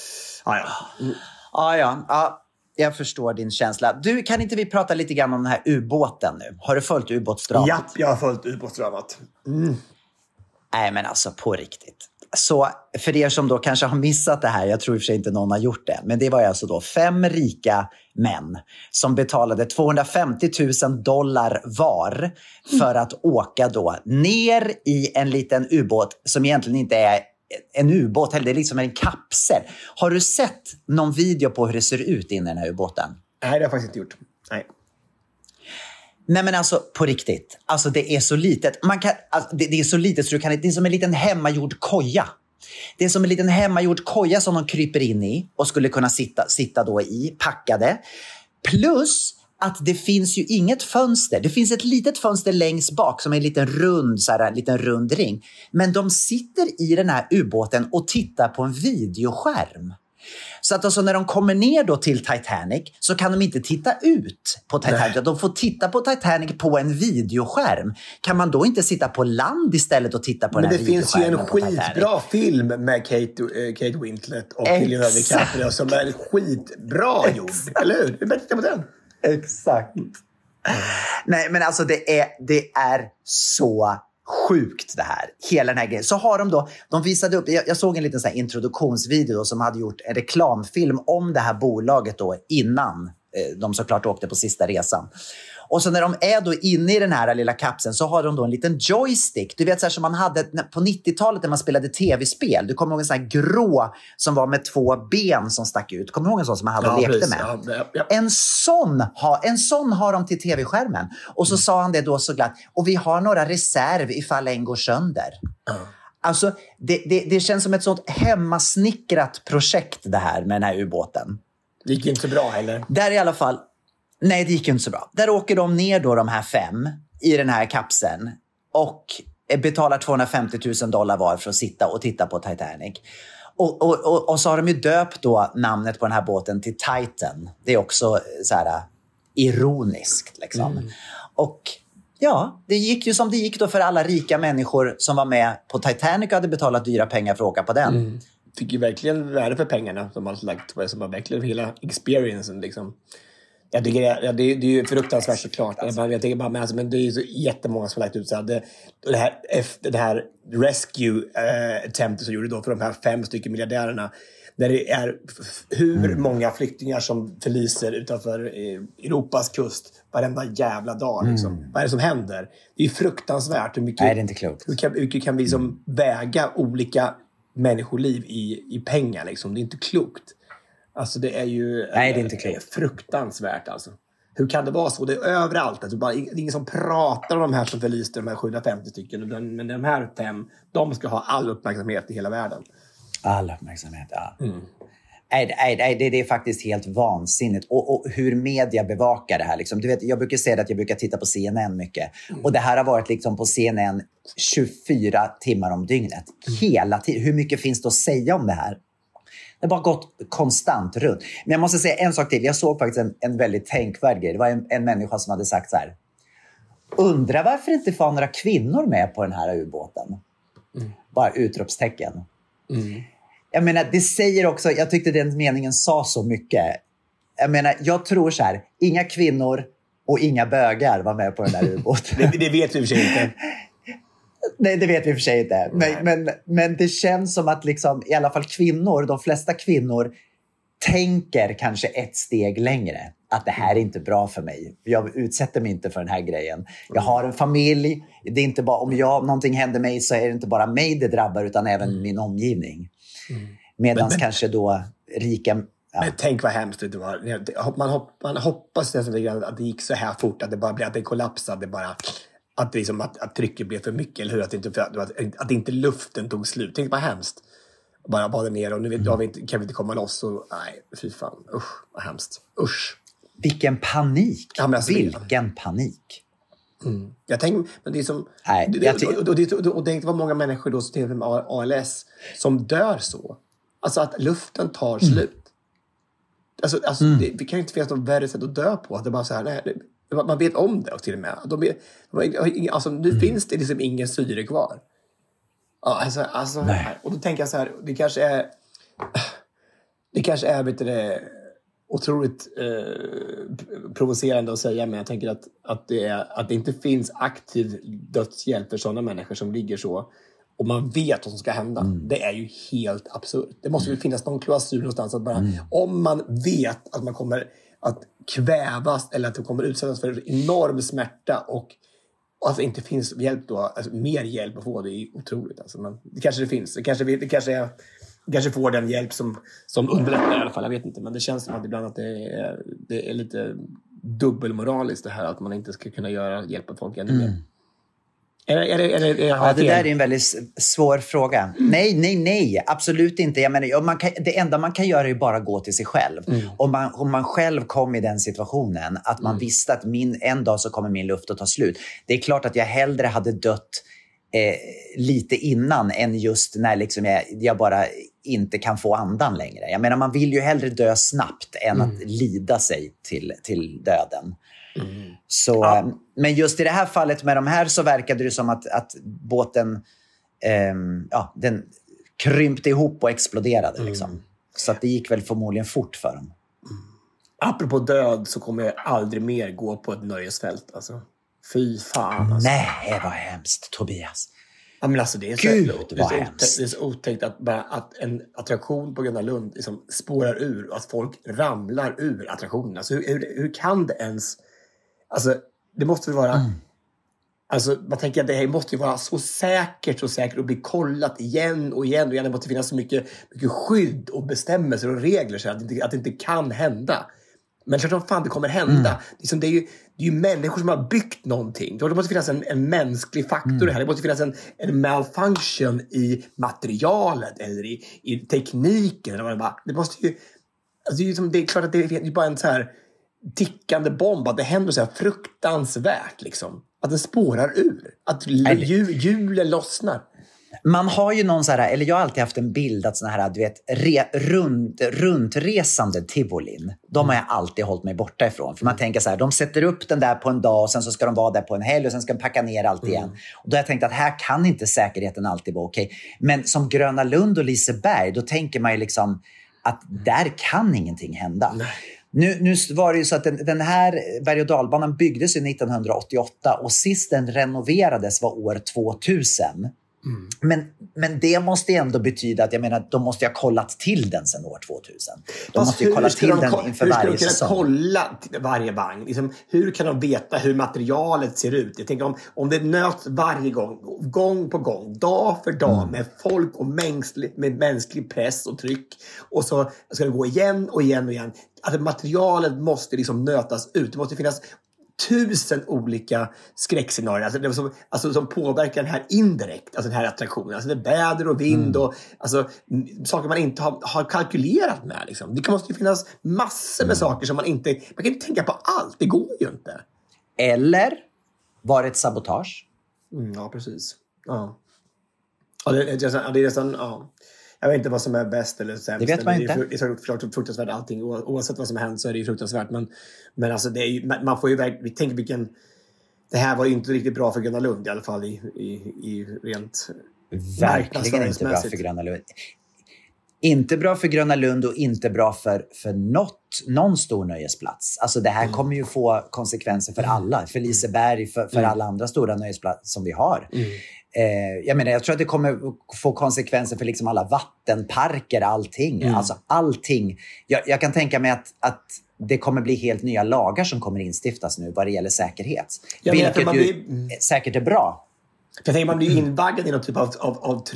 Speaker 3: Ja. Jag förstår din känsla. Du, kan inte vi prata lite grann om den här ubåten nu? Har du följt ubåtsdramat?
Speaker 4: Ja, jag har följt ubåtsdramat.
Speaker 3: Nej, men alltså på riktigt. Så för er som då kanske har missat det här, jag tror i och för sig inte någon har gjort det, men det var alltså då 5 rika män som betalade $250,000 var för att åka då ner i en liten ubåt som egentligen inte är en ubåt, det är liksom en kapsel. Har du sett någon video på hur det ser ut inne i den här ubåten?
Speaker 4: Nej, det har jag faktiskt inte gjort.
Speaker 3: Nej, men alltså på riktigt. Alltså det är så litet. Det är så litet så det är som en liten hemmagjord koja. Det är som en liten hemmagjord koja som de kryper in i och skulle kunna sitta då i, packade. Plus att det finns ju inget fönster. Det finns ett litet fönster längst bak som är en liten rund ring. Men de sitter i den här ubåten och tittar på en videoskärm. Så att alltså när de kommer ner då till Titanic så kan de inte titta ut på Titanic. De får titta på Titanic på en videoskärm. Kan man då inte sitta på land istället och titta på den här videoskärmen?
Speaker 4: Men det finns ju en skitbra film med Kate Winslet och Leonardo DiCaprio som är skitbra gjord. Eller hur? Du bör titta på den.
Speaker 3: Exakt. Nej, men alltså det är så sjukt det här. Hela den här grejen. Så har de visade upp, jag såg en liten så här introduktionsvideo då, som hade gjort en reklamfilm om det här bolaget då innan de såklart åkte på sista resan. Och så när de är då inne i den här lilla kapseln så har de då en liten joystick. Du vet så här som man hade på 90-talet när man spelade tv-spel. Du kommer ihåg en sån här grå som var med 2 ben som stack ut. Kommer du ihåg en sån som man hade och lekte med? Ja. En sån har de till tv-skärmen. Och så sa han det då så glatt. Och vi har några reserv ifall en går sönder. Alltså det känns som ett sånt hemmasnickrat projekt det här med den här ubåten.
Speaker 4: Det gick inte så bra heller.
Speaker 3: Där i alla fall. Nej, det gick ju inte så bra. Där åker de ner då, de här 5 i den här kapseln och betalar $250,000 var för att sitta och titta på Titanic. Och så har de ju döpt då namnet på den här båten till Titan. Det är också så här ironiskt liksom. Och ja, det gick ju som det gick då för alla rika människor som var med på Titanic och hade betalat dyra pengar för att åka på den.
Speaker 4: Fick ju verkligen värde för pengarna som man lagt på, som var verkligen hela experiencen liksom. Det är ju fruktansvärt såklart. Jag tänker bara, men det är ju så jättemånga som har lagt ut så här. Det här rescue attemptet som gjorde då för de här 5 stycken miljardärerna. Där det är hur många flyktingar som förliser utanför Europas kust varenda jävla dag. Liksom. Vad är det som händer? Det är fruktansvärt.
Speaker 3: Nej, det är inte klokt.
Speaker 4: Hur mycket kan vi som väga olika människoliv i pengar? Liksom? Det är inte klokt. Alltså det är ju
Speaker 3: Nej, det är inte klokt.
Speaker 4: Fruktansvärt alltså. Hur kan det vara så? Det är överallt. Alltså, det är ingen som pratar om de här som förliste, de här 750 stycken. Men de här 5, de ska ha all uppmärksamhet i hela världen.
Speaker 3: All uppmärksamhet, ja. Nej, det är faktiskt helt vansinnigt. Och hur media bevakar det här. Liksom. Du vet, jag brukar säga att jag brukar titta på CNN mycket. Och det här har varit liksom på CNN 24 timmar om dygnet. Hela tiden. Hur mycket finns det att säga om det här? Det har bara gått konstant runt. Men jag måste säga en sak till. Jag såg faktiskt en väldigt tänkvärd grej. Det var en människa som hade sagt så här. Undrar varför det inte får några kvinnor med på den här ubåten. Bara utropstecken. Jag menar, det säger också, jag tyckte den meningen sa så mycket. Jag menar, jag tror så här, inga kvinnor och inga bögar var med på den där ubåten.
Speaker 4: det vet vi för sig inte.
Speaker 3: Nej, det vet vi för sig inte. Men det känns som att liksom, i alla fall kvinnor, de flesta kvinnor tänker kanske ett steg längre. Att det här är inte bra för mig. Jag utsätter mig inte för den här grejen. Jag har en familj. Det är inte bara, om någonting händer mig så är det inte bara mig det drabbar utan även min omgivning. Medan kanske då rika... Ja.
Speaker 4: Men tänk vad hemskt det var. Man hoppas nästan att det gick så här fort. Att det bara blev, att det kollapsade bara. Att, det liksom, att trycket blev för mycket. Eller hur? Att inte luften tog slut. Tänk vad hemskt. Bara bada ner och nu kan vi inte komma loss. Och, nej, fy fan. Usch, vad hemskt. Usch.
Speaker 3: Vilken panik.
Speaker 4: Ja, men alltså,
Speaker 3: vilken panik.
Speaker 4: Jag tänker, men det är som... Och det var många människor då som med ALS som dör så. Alltså att luften tar slut. Alltså det kan ju inte finnas något värre sätt att dö på. Att det bara så här, nej, man vet om det till och med. Alltså nu finns det liksom ingen syre kvar. Ja, alltså och då tänker jag så här, det kanske är vet du, otroligt provocerande att säga, men jag tänker att det inte finns aktiv dödshjälp för sådana människor som ligger så och man vet vad som ska hända. Det är ju helt absurt. Det måste ju finnas någon klausul någonstans att bara om man vet att man kommer att kvävas eller att det kommer utsättas för enorm smärta och alltså inte finns hjälp då, alltså mer hjälp att få, det är otroligt alltså. Men det kanske finns. Det kanske får den hjälp som underlättar i alla fall, jag vet inte, men det känns som att ibland att det är lite dubbelmoraliskt det här att man inte ska kunna hjälpa folk ännu mer.
Speaker 3: Det där är en väldigt svår fråga. Nej, absolut inte. Jag menar, det enda man kan göra är bara gå till sig själv. Om man själv kom i den situationen att man visste att en dag så kommer min luft att ta slut. Det är klart att jag hellre hade dött lite innan än just när liksom jag bara inte kan få andan längre. Jag menar, man vill ju hellre dö snabbt än att lida sig till döden. Så, men just i det här fallet med de här så verkade det som att båten den krympte ihop och exploderade liksom. Så att det gick väl förmodligen fort för dem.
Speaker 4: Apropå död så kommer jag aldrig mer gå på ett nöjesfält alltså. Fy fan alltså.
Speaker 3: Nej, vad hemskt, Tobias.
Speaker 4: Ja, men alltså det är det är så otäckt att en attraktion på Gröna Lund liksom spårar ur och att folk ramlar ur attraktionen. Alltså hur kan det ens... Alltså det måste väl vara... Alltså man tänker att det här måste ju vara så säkert och bli kollat igen och igen. Det måste finnas så mycket skydd och bestämmelser och regler så att det inte kan hända. Men klart som fan det kommer hända. Det är ju människor som har byggt någonting. Det måste finnas en mänsklig faktor här. Det måste finnas en malfunction i materialet eller i tekniken. Det måste ju... Alltså det är klart att det är bara en så här tickande bomb. Att det händer så här fruktansvärt liksom. Att den spårar ur. Att hjulen lossnar.
Speaker 3: Man har ju någon så här, eller jag har alltid haft en bild att såna här, du vet, runtresande tivolin, de har jag alltid hållit mig borta ifrån. För man tänker så här, de sätter upp den där på en dag och sen så ska de vara där på en helg och sen ska de packa ner allt igen. Och då har jag tänkt att här kan inte säkerheten alltid vara okej. Men som Gröna Lund och Liseberg, då tänker man ju liksom att där kan ingenting hända. Nu var det ju så att den här berg- och dalbanan byggdes 1988 och sist den renoverades var år 2000. Men det måste ändå betyda att jag menar, de måste ju ha kollat till den sedan år 2000. De måste ju kolla till den inför varje säsong.
Speaker 4: Hur ska de kunna kolla varje vagn? Liksom, hur kan de veta hur materialet ser ut? Jag tänker om det nöts varje gång på gång, dag för dag med folk och med mänsklig press och tryck. Och så ska det gå igen och igen och igen. Att materialet måste liksom nötas ut. Det måste finnas 1000 olika skräckscenarier. Som påverkar den här indirekt. Alltså den här attraktionen. Alltså det är väder och vind och saker man inte har kalkylerat med. Liksom. Det måste ju finnas massor med saker som man kan inte tänka på allt. Det går ju inte.
Speaker 3: Eller var det ett sabotage?
Speaker 4: Ja, precis. Ja. Det är nästan... Ja. Jag vet inte vad som är bäst eller sämst.
Speaker 3: Det vet man inte.
Speaker 4: Det är såklart fruktansvärt allting. Oavsett vad som har hänt så är det ju fruktansvärt. Men alltså det är ju, man får ju vi tänker vilken... Det här var ju inte riktigt bra för Gröna Lund i alla fall i rent...
Speaker 3: Verkligen inte bra för Gröna Lund. Inte bra för Gröna Lund och inte bra för någon stor nöjesplats. Alltså det här kommer ju få konsekvenser för alla. För Liseberg, för alla andra stora nöjesplatser som vi har. Jag tror att det kommer få konsekvenser för liksom alla vattenparker, allting. Alltså allting. Jag kan tänka mig att det kommer bli helt nya lagar som kommer instiftas nu vad det gäller säkerhet. Vilket ju säkert är bra.
Speaker 4: För jag tänker man blir invaggad i någon typ av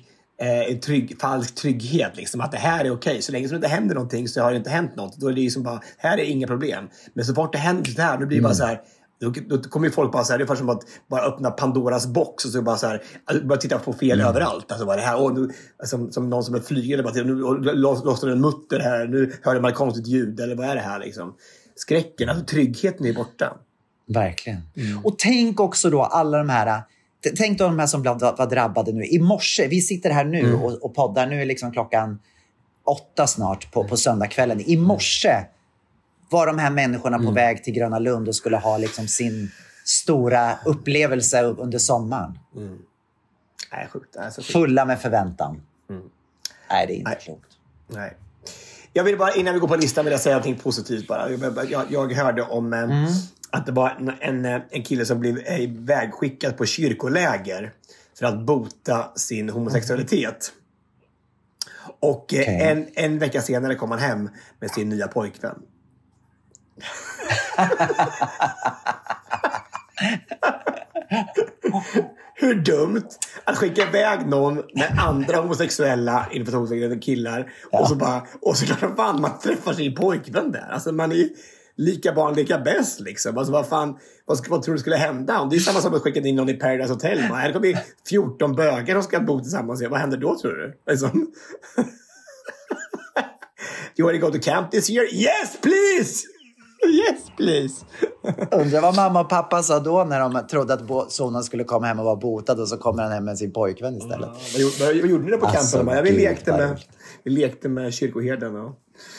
Speaker 4: falsk trygghet. Liksom, att det här är okej. Så länge som det inte händer någonting så har det inte hänt något. Då är det ju som bara, här är inga problem. Men så fort det händer det här, då blir det bara så här... Då kommer ju folk bara så här, det är för som att bara öppna Pandoras box och så bara så här, bara titta på fel överallt. Alltså bara det här, nu, som någon som är flygande, bara nu lossar en mutter här, nu hör jag konstigt ljud, eller vad är det här liksom? Skräcken, alltså tryggheten är borta.
Speaker 3: Verkligen. Och tänk också då alla de här, tänk då de här som var drabbade nu. I morse, vi sitter här nu och poddar, nu är liksom klockan 8 snart på söndagskvällen. I morse var de här människorna på väg till Gröna Lund och skulle ha liksom sin stora upplevelse under sommaren.
Speaker 4: Nej, sjukt.
Speaker 3: Fulla med förväntan. Nej, det är inte klokt.
Speaker 4: Nej. Jag vill bara, innan vi går på listan, vill jag säga någonting positivt bara. Jag hörde om att det var en kille som blev vägskickad på kyrkoläger för att bota sin homosexualitet. Och en vecka senare kom han hem med sin nya pojkvän. Hur dumt att skicka iväg någon med andra homosexuella killar och så kan man träffar sin pojkvän där. Alltså man är lika barn, lika bäst liksom. Alltså vad tror du skulle hända? Det är samma som att skicka in någon i Paradise Hotel. Här kommer 14 bögar och ska bo tillsammans. Vad händer då, tror du? Liksom. You want to go to camp this year? Yes, please! Yes, please!
Speaker 3: Undrar vad mamma och pappa sa då när de trodde att sonen skulle komma hem och vara botad, och så kommer han hem med sin pojkvän istället.
Speaker 4: Vad gjorde ni det på campen? Alltså, vi lekte med kyrkoherden. Och...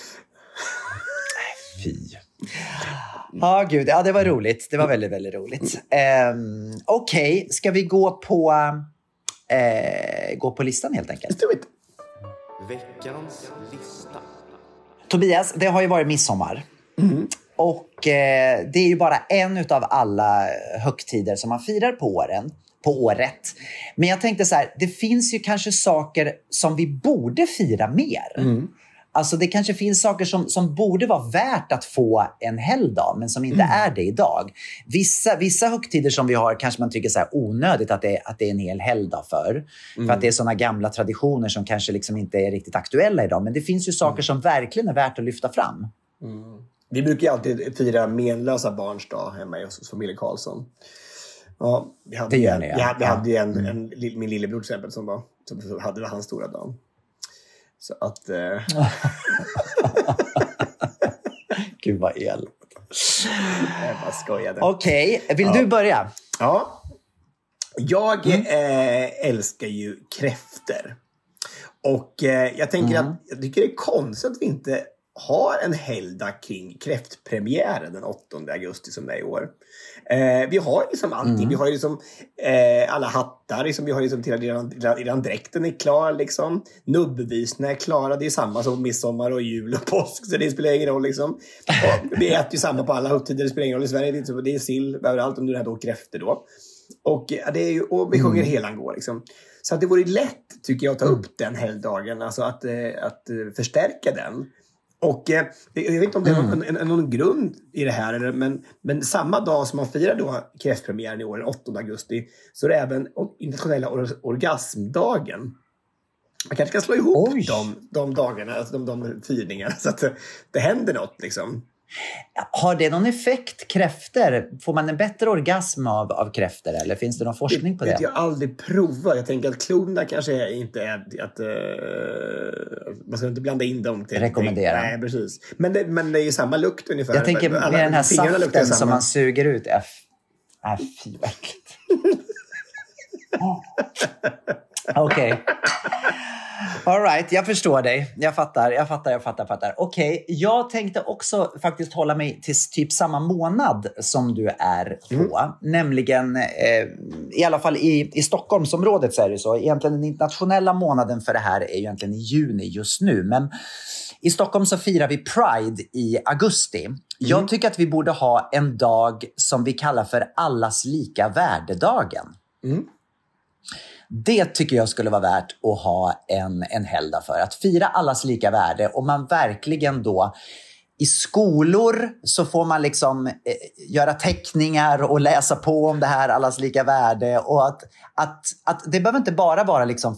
Speaker 3: Fy. Gud. Ja, det var roligt. Det var väldigt, väldigt roligt. Okej, ska vi gå på listan helt enkelt?
Speaker 4: Do it.
Speaker 6: Veckans lista.
Speaker 3: Tobias, det har ju varit midsommar. Och det är ju bara en utav alla högtider som man firar på året. Men jag tänkte så här, det finns ju kanske saker som vi borde fira mer. Alltså det kanske finns saker som borde vara värt att få en helgdag, men som inte är det idag. Vissa högtider som vi har kanske man tycker så här onödigt att det är en hel helgdag för. För att det är såna gamla traditioner som kanske liksom inte är riktigt aktuella idag. Men det finns ju saker som verkligen är värt att lyfta fram.
Speaker 4: Vi brukar ju alltid fira menlösa barns dag hemma hos familjen Karlsson. Ja, vi hade ju min lillebror till exempel som hade hans stora dag. Så att...
Speaker 3: Gud vad el.
Speaker 4: Jag bara skojade.
Speaker 3: Okej, vill du börja?
Speaker 4: Ja. Jag älskar ju kräfter. Och jag tänker att jag tycker det är konstigt att vi inte har en helgdag kring kräftpremiären den 8 augusti som är i år. Vi har liksom allting. Vi har liksom alla hattar. Liksom, vi har liksom redan dräkten är klar. Liksom. Nubbbevisna är klara. Det är samma som midsommar och jul och påsk. Så det spelar ingen roll. Liksom. Och vi äter ju samma på alla högtider. Det spelar ingen roll i Sverige. Det är sill överallt. Under det här då kräfter då. Och vi sjunger helan går. Liksom. Så att det vore lätt, tycker jag, att ta upp den helgdagen. Alltså att förstärka den. Och jag vet inte om det är någon grund i det här, men samma dag som man firar då kräftpremiären i år, den 8 augusti, så är det även internationella orgasmdagen. Man kanske ska slå ihop de dagarna, alltså de firningarna, så att det händer något liksom.
Speaker 3: Har det någon effekt, kräfter? Får man en bättre orgasm av kräfter? Eller finns det någon forskning på det?
Speaker 4: Jag har aldrig provat. Jag tänker att klorna kanske inte är att man ska inte blanda in dem till
Speaker 3: rekommendera.
Speaker 4: Nej, precis. Men det är ju samma lukt ungefär.
Speaker 3: Jag tänker med den här saften som man suger ut. Fy verkligt. Okej. All right, jag förstår dig. Jag fattar. Okej, jag tänkte också faktiskt hålla mig till typ samma månad som du är på. Nämligen, i alla fall i Stockholmsområdet så är det så. Egentligen den internationella månaden för det här är egentligen i juni just nu. Men i Stockholm så firar vi Pride i augusti. Jag tycker att vi borde ha en dag som vi kallar för allas lika värdedagen. Det tycker jag skulle vara värt att ha en helgdag för. Att fira allas lika värde. Och man verkligen då i skolor så får man liksom göra teckningar och läsa på om det här allas lika värde. Och att det behöver inte bara vara liksom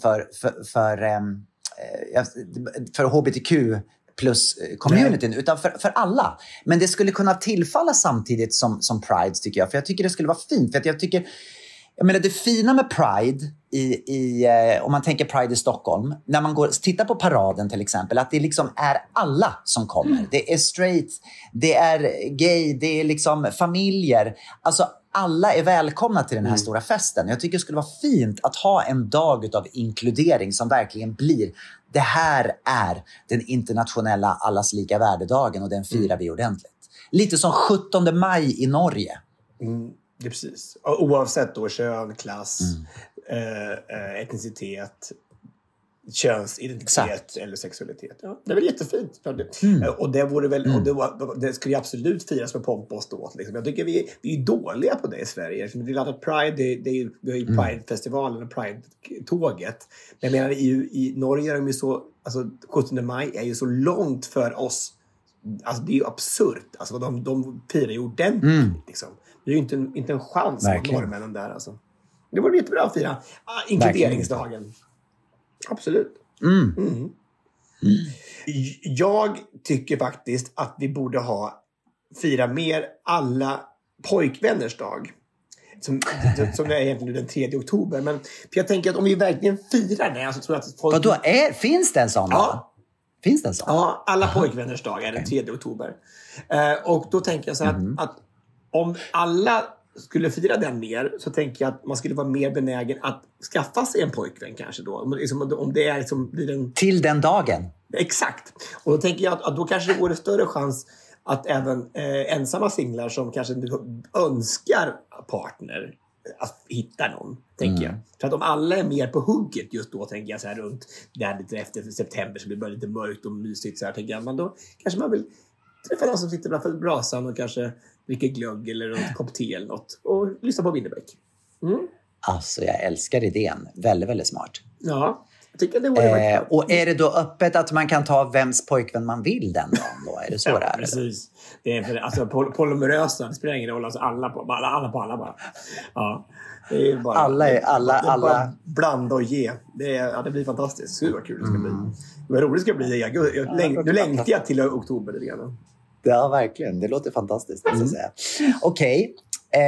Speaker 3: för HBTQ plus communityn, utan för alla. Men det skulle kunna tillfalla samtidigt som Pride, tycker jag. För jag tycker det skulle vara fint. För att jag menar, det fina med Pride om man tänker Pride i Stockholm, när man tittar på paraden till exempel, att det liksom är alla som kommer. Det är straight, det är gay, det är liksom familjer. Alltså alla är välkomna till den här stora festen. Jag tycker det skulle vara fint att ha en dag av inkludering som verkligen blir, det här är den internationella allas lika värdedagen och den firar vi ordentligt. Lite som 17 maj i Norge.
Speaker 4: Det är precis. Oavsett då kön, klass, etnicitet, könsidentitet eller sexualitet. Ja, det är väl jättefint. Och det vore väl, och det skulle absolut firas med pomp och ståt. Liksom. Jag tycker vi är dåliga på det i Sverige. Det är att Pride, vi har ju Pride-festivalen och Pride-tåget. Men jag menar, i Norge är de ju så, alltså 17 maj är ju så långt för oss. Alltså det är ju absurt. Alltså de firar ju ordentligt liksom. Det är ju inte en chans mot norrmännen där alltså. Det vore jättebra att fira inkluderingsdagen. Absolut. Jag tycker faktiskt att vi borde fira mer alla pojkvänners dag. Som det är egentligen den 3 oktober. Men för jag tänker att om vi verkligen firar det, så tror jag att folk...
Speaker 3: Finns det en sån?
Speaker 4: Ja.
Speaker 3: Finns det en sån?
Speaker 4: Ja, alla pojkvänners dag är den 3 oktober. Och då tänker jag så här att om alla skulle fira den mer, så tänker jag att man skulle vara mer benägen att skaffa sig en pojkvän kanske då. Om det är liksom blir en...
Speaker 3: Till den dagen.
Speaker 4: Exakt. Och då tänker jag att då kanske det vore större chans att även ensamma singlar som kanske önskar partner att hitta någon, tänker jag. För att om alla är mer på hugget just då, tänker jag så här runt där lite efter september, så blir det bara lite mörkt och mysigt så här, tänker jag. Men då kanske man vill träffa någon som sitter framför brasan och kanske dricka glögg eller en kopp te eller något och lyssna på Winnerbäck.
Speaker 3: Alltså jag älskar idén. Väldigt, väldigt smart.
Speaker 4: Ja, jag tycker det vore
Speaker 3: och är det då öppet att man kan ta vems pojkvän man vill den dagen då? Är det så där?
Speaker 4: Precis. Det är för, alltså polymerösa, det spelar ingen roll, alltså alla bara. Ja. Det är bara alla bara blanda och ge. Det blir fantastiskt. Hur kul det ska bli. Vad roligt det ska bli. Nu längtar jag till oktober lite grann.
Speaker 3: Ja, verkligen. Det låter fantastiskt. Okej.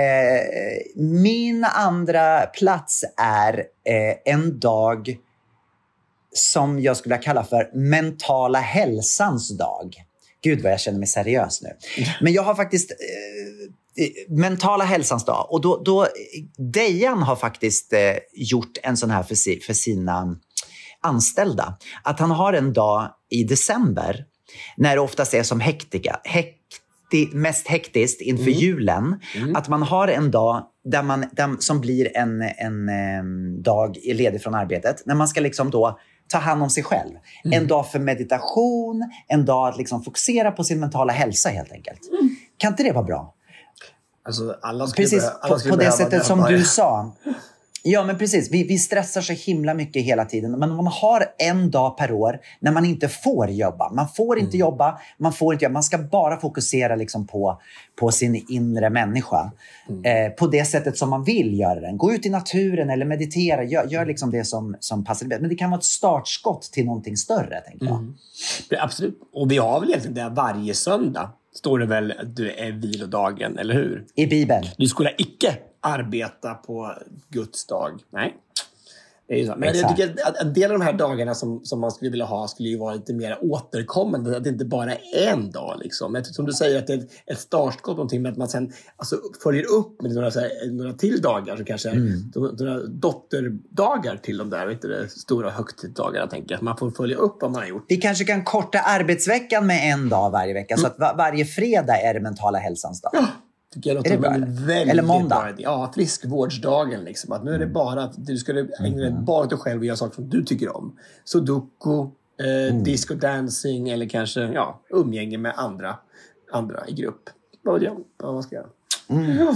Speaker 3: Min andra plats är en dag som jag skulle kalla för mentala hälsans dag. Gud vad jag känner mig seriös nu. Men jag har faktiskt mentala hälsans dag. Och då Dejan har faktiskt gjort en sån här för sina anställda. Att han har en dag i december när det oftast är som mest hektiskt inför julen. Att man har en dag som blir en dag ledig från arbetet. När man ska liksom då ta hand om sig själv. En dag för meditation. En dag att liksom fokusera på sin mentala hälsa helt enkelt. Kan inte det vara bra?
Speaker 4: Alltså alla
Speaker 3: precis, på det sättet som du sa. Ja, men precis. Vi stressar så himla mycket hela tiden. Men man har en dag per år när man inte får jobba. Man får inte jobba. Man ska bara fokusera liksom på sin inre människa. På det sättet som man vill göra den. Gå ut i naturen eller meditera. Gör liksom det som passar bäst. Men det kan vara ett startskott till någonting större, tänker jag.
Speaker 4: Absolut. Och vi har väl egentligen det varje söndag. står det väl att du är vilodagen, eller hur?
Speaker 3: I Bibeln.
Speaker 4: Du skulle icke arbeta på Guds dag. Nej. Det är ju så. Men jag tycker att en del av de här dagarna som man skulle vilja ha skulle ju vara lite mer återkommande. Att det inte bara är en dag. Liksom. Som du säger, att det är ett startskott någonting med att man sen följer upp med några till dagar. Så kanske några dotterdagar till de där, vet du, det stora högtidsdagarna, tänker jag. Att man får följa upp vad man har gjort.
Speaker 3: Vi kanske kan korta arbetsveckan med en dag varje vecka. Så att varje fredag är det mentala hälsans dag.
Speaker 4: Ja. Tycker jag är det väldigt
Speaker 3: eller måndag.
Speaker 4: Bra. Ja, friskvårdsdagen liksom. Att nu är det bara att du ska ägna dig bara åt dig själv och göra saker som du tycker om. Sudoku, disco dancing eller kanske umgänge med andra i grupp. Vad ska jag göra?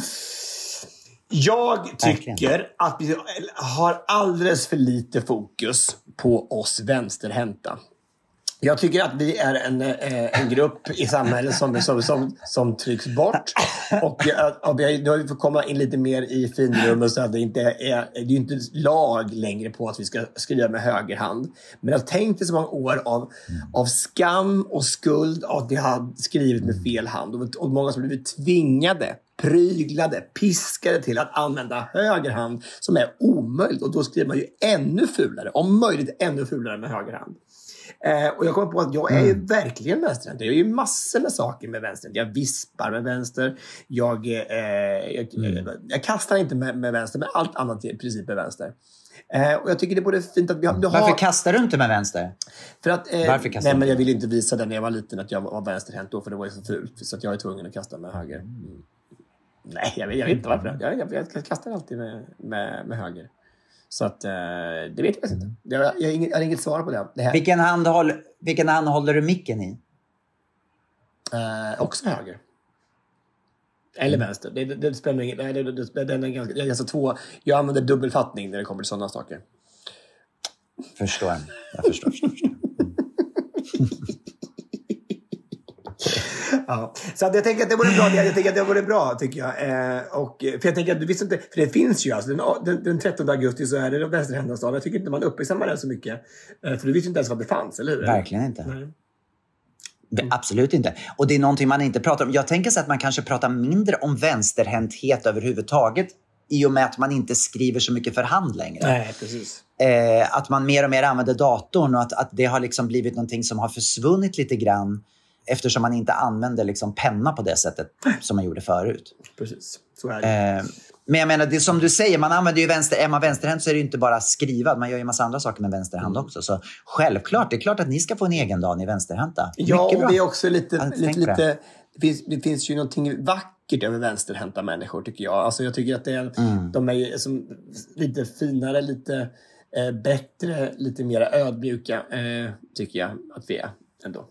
Speaker 4: Jag tycker att vi har alldeles för lite fokus på oss vänsterhänta. Jag tycker att vi är en grupp i samhället som trycks bort. Och nu har vi fått komma in lite mer i finrummet, så att det är ju inte lag längre på att vi ska skriva med höger hand. Men jag har tänkt i så många år av skam och skuld av att vi har skrivit med fel hand. Och många som blivit tvingade, pryglade, piskade till att använda höger hand, som är omöjligt. Och då skriver man ju ännu fulare, om möjligt ännu fulare med höger hand. Och jag kommer på att jag är ju verkligen vänsterhänt. Jag gör ju massor med saker med vänster. Jag vispar med vänster. Jag kastar inte med vänster, men allt annat i princip är vänster. Och jag tycker det är både fint att vi har...
Speaker 3: Varför kastar du inte med vänster?
Speaker 4: För att,
Speaker 3: Varför kastar
Speaker 4: nej, men jag ville inte visa det när jag var liten att jag var vänsterhänt då, för det var ju så fult. Så att jag är tvungen att kasta med höger. Nej, jag vet inte varför. Jag kastar alltid med höger. Så att det vet jag inte. Jag har inget svar på det här.
Speaker 3: Vilken hand håller du micken i?
Speaker 4: Också höger. Eller vänster. Det spelar ingen. Den är ganska två. Jag använder dubbelfattning när det kommer till sådana saker.
Speaker 3: Jag förstår.
Speaker 4: Ja. Så att jag tänker att det vore bra. Jag tänker att det vore bra, tycker jag. För jag tänker att du visste inte, för det finns ju alltså den 13 augusti så är det vänsterhändens dag. Jag tycker inte man uppmärksammar det så mycket. För du visste inte ens vad det fanns, eller hur?
Speaker 3: Verkligen inte.
Speaker 4: Nej.
Speaker 3: Absolut inte. Och det är någonting man inte pratar om. Jag tänker så att man kanske pratar mindre om vänsterhänthet överhuvudtaget, i och med att man inte skriver så mycket för hand längre.
Speaker 4: Nej, precis.
Speaker 3: Att man mer och mer använder datorn, och att det har liksom blivit någonting som har försvunnit lite grann, eftersom man inte använder liksom penna på det sättet som man gjorde förut.
Speaker 4: Precis, så är det.
Speaker 3: Men jag menar, det som du säger, man använder ju är man vänsterhänt så är det ju inte bara skriva. Man gör ju en massa andra saker med vänsterhand också. Så självklart, det är klart att ni ska få en egen dag, ni vänsterhänta.
Speaker 4: Ja, och det är också lite det finns ju någonting vackert över vänsterhänta människor, tycker jag. Alltså jag tycker att de är som lite finare, lite bättre, lite mer ödmjuka, tycker jag att vi är ändå.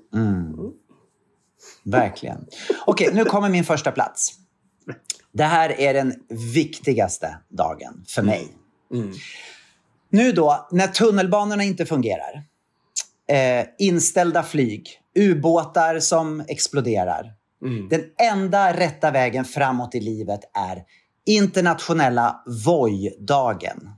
Speaker 3: Verkligen. Okej, nu kommer min första plats. Det här är den viktigaste dagen för mig. Nu då, när tunnelbanorna inte fungerar, inställda flyg, ubåtar som exploderar. Den enda rätta vägen framåt i livet är internationella Voi-dagen.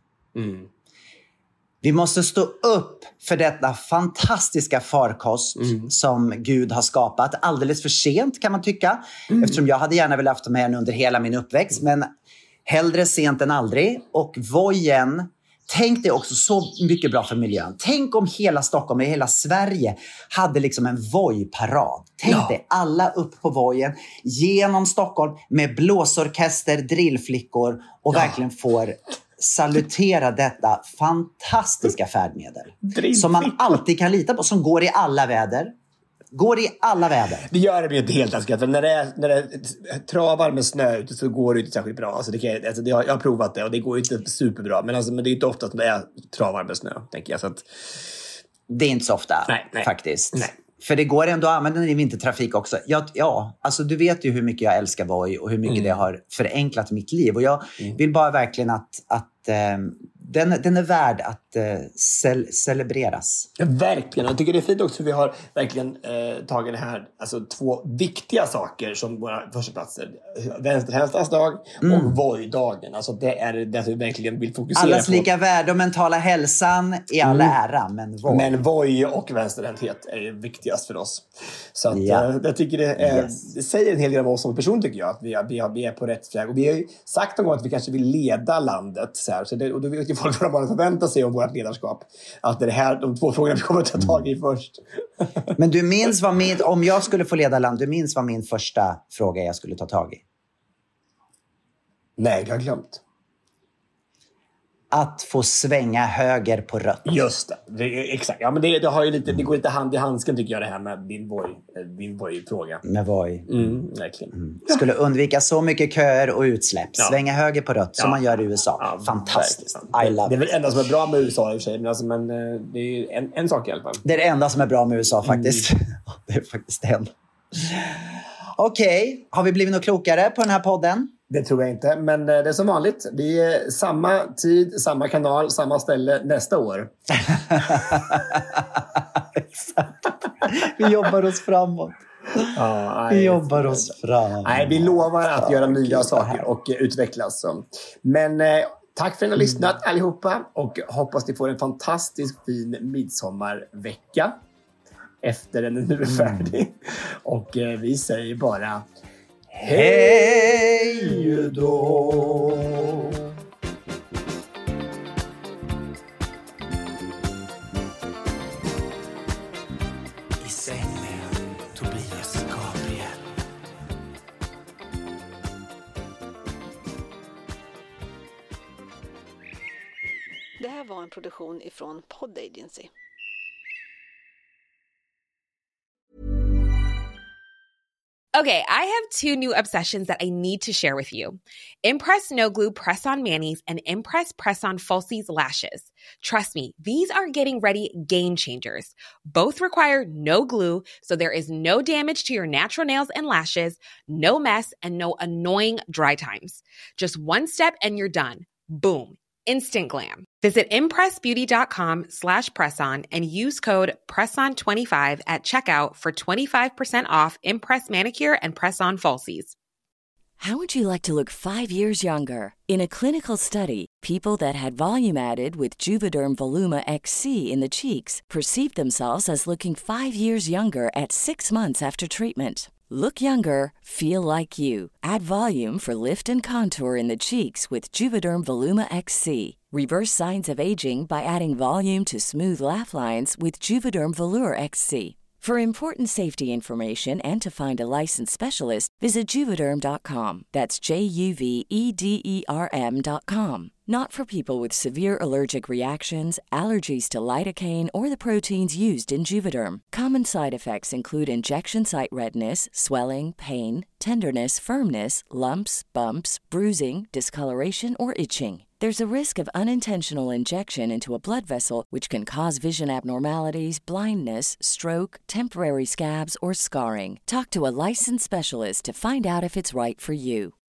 Speaker 3: Vi måste stå upp för detta fantastiska farkost som Gud har skapat. Alldeles för sent, kan man tycka. Eftersom jag hade gärna velat haft med den under hela min uppväxt. Men hellre sent än aldrig. Och Vojen, tänk dig också så mycket bra för miljön. Tänk om hela Stockholm, eller hela Sverige hade liksom en Voi-parad. Tänk dig alla upp på Vojen genom Stockholm med blåsorkester, drillflickor och verkligen får salutera detta fantastiska färdmedel. Som man alltid kan lita på, som går i alla väder. Det
Speaker 4: gör det inte helt enkelt. När det travar med snö ute så går det inte särskilt bra. Alltså jag har provat det och det går inte superbra. Men det är inte ofta att det är travar med snö, tänker jag. Så att...
Speaker 3: Det är inte så ofta, faktiskt.
Speaker 4: Nej.
Speaker 3: För det går ändå att använda den i vintertrafik också. Ja, alltså du vet ju hur mycket jag älskar Voi och hur mycket det har förenklat mitt liv. Och jag vill bara verkligen att den är värd celebreras.
Speaker 4: Ja, verkligen. Jag tycker det är fint också. Vi har verkligen tagit det här, alltså 2 viktiga saker som våra förstaplatser. Vänsterhälsans dag och Voi-dagen. Alltså det är det vi verkligen vill fokusera
Speaker 3: Allas
Speaker 4: på.
Speaker 3: lika värde och mentala hälsan i all ära, men Voi. Men
Speaker 4: Voi och vänsterhänthet är viktigast för oss. Så att, jag tycker det säger en hel del om oss som person, tycker jag. Att vi är på rätt väg. Och vi har ju sagt någon gång att vi kanske vill leda landet. Och då vet ju folk vad de förväntar sig om vårt ledarskap. Att det är här, de 2 frågorna vi kommer att ta tag i först.
Speaker 3: Men du minns om jag skulle få leda land, du minns vad min första fråga jag skulle ta tag i?
Speaker 4: Nej, jag har glömt.
Speaker 3: Att få svänga höger på rött.
Speaker 4: Just det, exakt. Ja, men det har ju lite, det går lite hand i handsken, tycker jag, det här med din Voi-fråga.
Speaker 3: Med Voi.
Speaker 4: Verkligen.
Speaker 3: Skulle undvika så mycket köer och utsläpp. Svänga höger på rött som man gör i USA.
Speaker 4: Ja,
Speaker 3: fantastiskt.
Speaker 4: I love
Speaker 3: it.
Speaker 4: Det är väl det enda som är bra med USA i och för sig. Men det är en sak i alla fall.
Speaker 3: Det är det enda som är bra med USA faktiskt. Det är faktiskt det enda. Okej, har vi blivit något klokare på den här podden?
Speaker 4: Det tror jag inte, men det är som vanligt. Vi är samma tid, samma kanal, samma ställe nästa år.
Speaker 3: Exakt. Vi jobbar oss framåt. Vi jobbar oss framåt.
Speaker 4: Nej, vi lovar att göra nya saker och utvecklas. Så. Men tack för att ni har lyssnat allihopa och hoppas ni får en fantastiskt fin midsommarvecka efter den nu är färdig. Och vi säger bara hej då!
Speaker 6: I säng med Tobias Gabriel.
Speaker 10: Det här var en produktion ifrån Pod Agency.
Speaker 13: Okay, I have 2 new obsessions that I need to share with you. Impress No Glue Press-On Manis and Impress Press-On Falsies Lashes. Trust me, these are getting ready game changers. Both require no glue, so there is no damage to your natural nails and lashes, no mess, and no annoying dry times. Just 1 step and you're done. Boom. Instant glam. Visit impressbeauty.com/presson and use code PRESSON25 at checkout for 25% off Impress Manicure and Press-On Falsies.
Speaker 14: How would you like to look 5 years younger? In a clinical study, people that had volume added with Juvederm Voluma XC in the cheeks perceived themselves as looking 5 years younger at 6 months after treatment. Look younger, feel like you. Add volume for lift and contour in the cheeks with Juvederm Voluma XC. Reverse signs of aging by adding volume to smooth laugh lines with Juvederm Volure XC. For important safety information and to find a licensed specialist, visit Juvederm.com. That's JUVEDERM.com. Not for people with severe allergic reactions, allergies to lidocaine, or the proteins used in Juvederm. Common side effects include injection site redness, swelling, pain, tenderness, firmness, lumps, bumps, bruising, discoloration, or itching. There's a risk of unintentional injection into a blood vessel, which can cause vision abnormalities, blindness, stroke, temporary scabs, or scarring. Talk to a licensed specialist to find out if it's right for you.